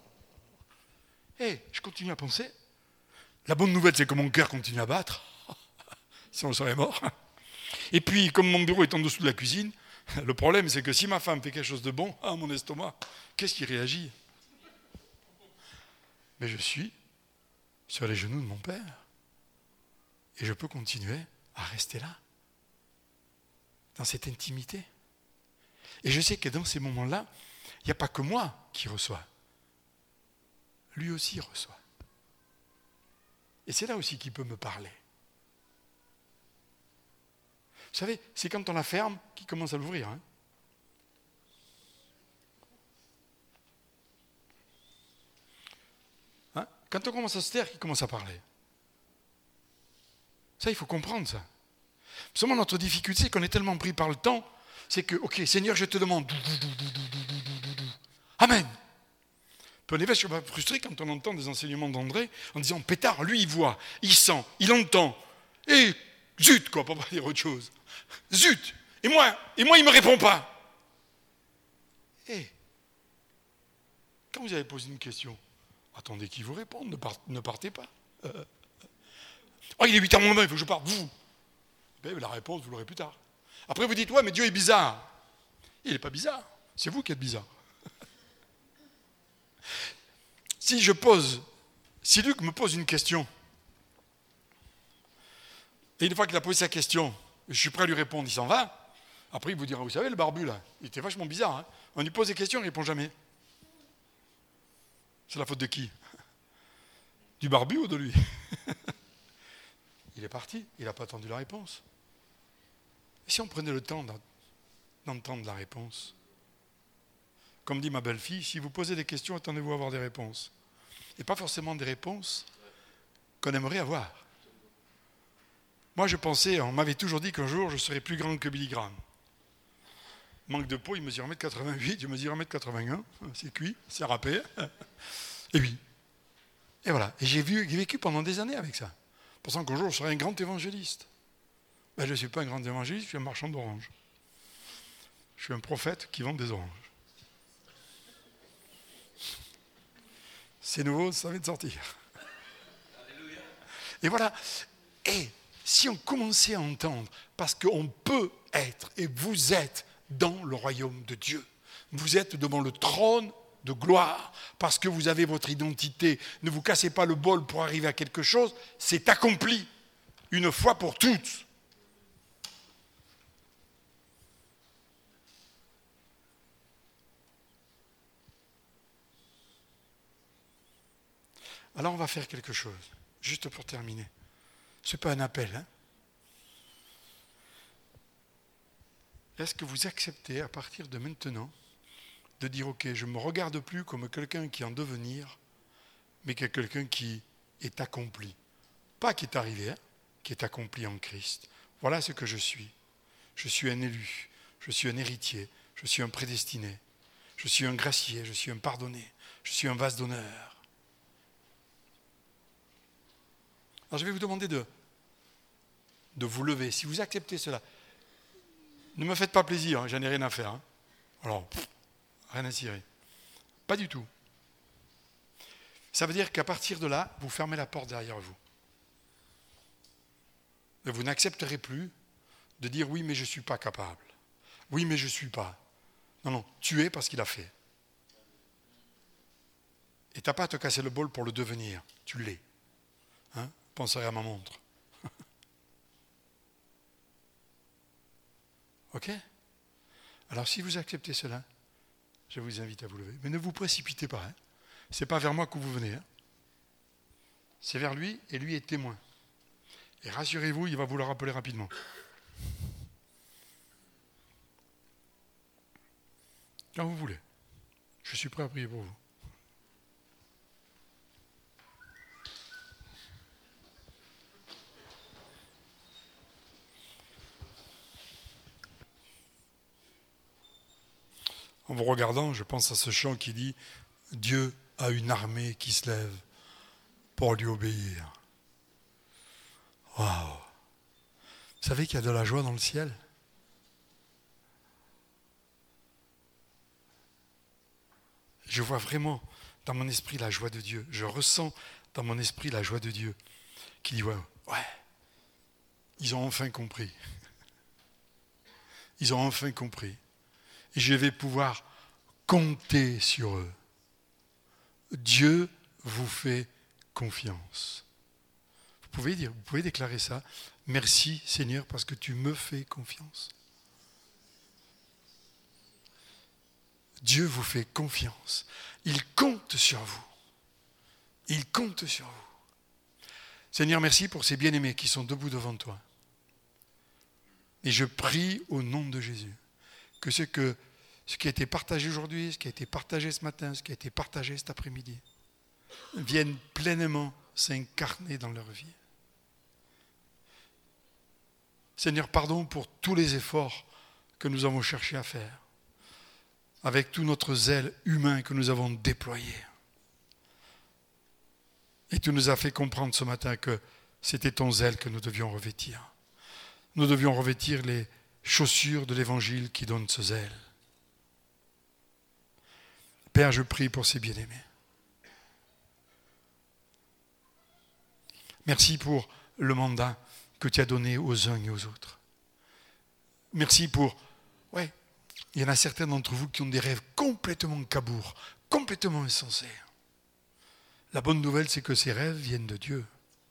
Et je continue à penser. La bonne nouvelle, c'est que mon cœur continue à battre. Sinon, on serait mort. Et puis, comme mon bureau est en dessous de la cuisine, le problème, c'est que si ma femme fait quelque chose de bon, ah, mon estomac, qu'est-ce qui réagit? Mais je suis sur les genoux de mon père. Et je peux continuer à rester là, dans cette intimité. Et je sais que dans ces moments-là, il n'y a pas que moi qui reçois. Lui aussi reçoit. Et c'est là aussi qu'il peut me parler. Vous savez, c'est quand on la ferme qu'il commence à l'ouvrir. Hein. Hein? Quand on commence à se taire, qu'il commence à parler. Ça, il faut comprendre ça. Seulement, notre difficulté, c'est qu'on est tellement pris par le temps, c'est que, ok, Seigneur, je te demande. Amen. Puis en effet, je suis pas frustré quand on entend des enseignements d'André en disant, pétard, lui, il voit, il sent, il entend. Et zut, quoi, pour pas dire autre chose. Zut. Et moi, et moi, il ne me répond pas. Et quand vous avez posé une question, attendez qu'il vous réponde, ne, part, ne partez pas. Euh, oh, il est huit heures moins vingt, il faut que je parte. Vous. Ben, la réponse, vous l'aurez plus tard. Après, vous dites, ouais, mais Dieu est bizarre. Il n'est pas bizarre. C'est vous qui êtes bizarre. Si je pose, si Luc me pose une question, et une fois qu'il a posé sa question, je suis prêt à lui répondre, il s'en va. Après, il vous dira, vous savez, le barbu, là, il était vachement bizarre. Hein. On lui pose des questions, il ne répond jamais. C'est la faute de qui? Du barbu ou de lui? Il est parti, il n'a pas attendu la réponse. Et si on prenait le temps d'entendre la réponse? Comme dit ma belle-fille, si vous posez des questions, attendez-vous à avoir des réponses. Et pas forcément des réponses qu'on aimerait avoir. Moi, je pensais, on m'avait toujours dit qu'un jour, je serais plus grand que Billy Graham. Manque de peau, il mesure un mètre quatre-vingt-huit, je mesure un mètre quatre-vingt-un. C'est cuit, c'est râpé. Et oui. Et voilà. Et j'ai, vu, j'ai vécu pendant des années avec ça. Pensant qu'un jour, je serais un grand évangéliste. Ben, je ne suis pas un grand évangéliste, je suis un marchand d'oranges. Je suis un prophète qui vend des oranges. C'est nouveau, ça vient de sortir. Alléluia. Et voilà. Et si on commençait à entendre, parce qu'on peut être, et vous êtes dans le royaume de Dieu, vous êtes devant le trône de gloire, parce que vous avez votre identité, ne vous cassez pas le bol pour arriver à quelque chose, c'est accompli, une fois pour toutes. Alors on va faire quelque chose, juste pour terminer. Ce n'est pas un appel. Hein. Est-ce que vous acceptez à partir de maintenant de dire, ok, je ne me regarde plus comme quelqu'un qui est en devenir, mais que quelqu'un qui est accompli. Pas qui est arrivé, hein, qui est accompli en Christ. Voilà ce que je suis. Je suis un élu, je suis un héritier, je suis un prédestiné, je suis un gracié, je suis un pardonné, je suis un vase d'honneur. Alors je vais vous demander de, de vous lever. Si vous acceptez cela, ne me faites pas plaisir, hein, j'en ai rien à faire. Hein. Alors, pff, rien à cirer. Pas du tout. Ça veut dire qu'à partir de là, vous fermez la porte derrière vous. Et vous n'accepterez plus de dire oui, mais je ne suis pas capable. Oui, mais je ne suis pas. Non, non, tu es parce qu'il a fait. Et tu n'as pas à te casser le bol pour le devenir. Tu l'es. Hein? Penserez à ma montre. Ok? Alors si vous acceptez cela, je vous invite à vous lever. Mais ne vous précipitez pas. Hein? Ce n'est pas vers moi que vous venez. Hein? C'est vers lui et lui est témoin. Et rassurez-vous, il va vous le rappeler rapidement. Quand vous voulez. Je suis prêt à prier pour vous. En vous regardant, je pense à ce chant qui dit « Dieu a une armée qui se lève pour lui obéir. » Waouh! Vous savez qu'il y a de la joie dans le ciel? Je vois vraiment dans mon esprit la joie de Dieu. Je ressens dans mon esprit la joie de Dieu qui dit « Ouais, ouais, ils ont enfin compris. Ils ont enfin compris. Et je vais pouvoir compter sur eux. Dieu vous fait confiance. » Vous pouvez dire, vous pouvez déclarer ça. Merci Seigneur parce que tu me fais confiance. Dieu vous fait confiance. Il compte sur vous. Il compte sur vous. Seigneur, merci pour ces bien-aimés qui sont debout devant toi. Et je prie au nom de Jésus que ce, que ce qui a été partagé aujourd'hui, ce qui a été partagé ce matin, ce qui a été partagé cet après-midi, vienne pleinement s'incarner dans leur vie. Seigneur, pardon pour tous les efforts que nous avons cherché à faire, avec tout notre zèle humain que nous avons déployé. Et tu nous as fait comprendre ce matin que c'était ton zèle que nous devions revêtir. Nous devions revêtir les chaussures de l'Évangile qui donnent ce zèle. Père, je prie pour ces bien-aimés. Merci pour le mandat que tu as donné aux uns et aux autres. Merci pour... Ouais, il y en a certains d'entre vous qui ont des rêves complètement cabourds, complètement insensés. La bonne nouvelle, c'est que ces rêves viennent de Dieu.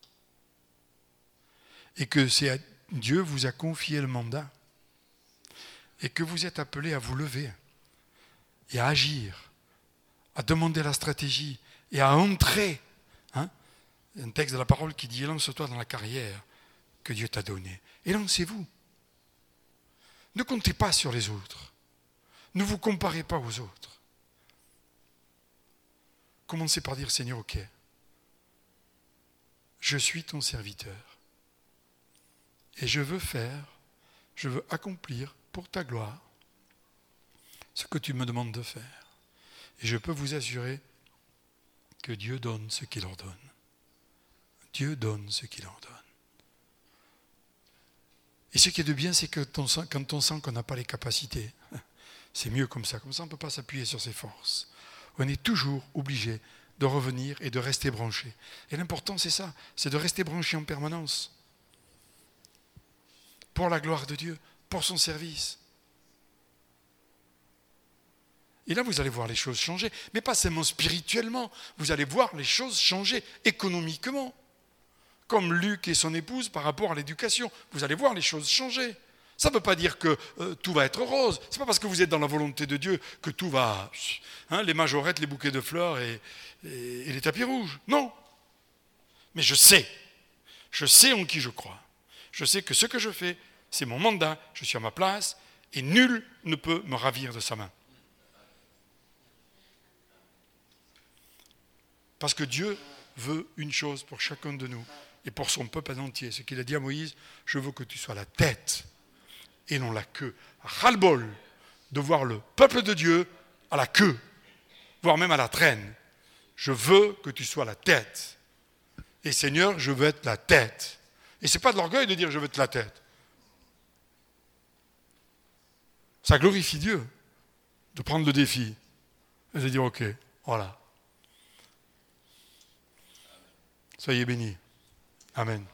Et que c'est Dieu vous a confié le mandat. Et que vous êtes appelés à vous lever et à agir, à demander la stratégie et à entrer. Hein? Il y a un texte de la parole qui dit « Lance-toi dans la carrière que Dieu t'a donnée. » Et lancez-vous. Ne comptez pas sur les autres. Ne vous comparez pas aux autres. Commencez par dire « Seigneur, ok, je suis ton serviteur. Et je veux faire, je veux accomplir pour ta gloire ce que tu me demandes de faire. Et je peux vous assurer que Dieu donne ce qu'il ordonne. Dieu donne ce qu'il ordonne. Et ce qui est de bien, c'est que quand on sent qu'on n'a pas les capacités, c'est mieux comme ça. Comme ça, on ne peut pas s'appuyer sur ses forces. On est toujours obligé de revenir et de rester branché. Et l'important, c'est ça, c'est de rester branché en permanence. Pour la gloire de Dieu, pour son service. Et là, vous allez voir les choses changer, mais pas seulement spirituellement, vous allez voir les choses changer économiquement. Comme Luc et son épouse par rapport à l'éducation, vous allez voir les choses changer. Ça ne veut pas dire que euh, tout va être rose. Ce n'est pas parce que vous êtes dans la volonté de Dieu que tout va... Hein, les majorettes, les bouquets de fleurs et, et, et les tapis rouges. Non. Mais je sais. Je sais en qui je crois. Je sais que ce que je fais, c'est mon mandat. Je suis à ma place et nul ne peut me ravir de sa main. Parce que Dieu veut une chose pour chacun de nous et pour son peuple entier. Ce qu'il a dit à Moïse, je veux que tu sois la tête et non la queue. Ras-le-bol de voir le peuple de Dieu à la queue, voire même à la traîne. Je veux que tu sois la tête. Et Seigneur, je veux être la tête. Et ce n'est pas de l'orgueil de dire je veux être la tête. Ça glorifie Dieu de prendre le défi et de dire ok, voilà. Soyez bénis. Amen.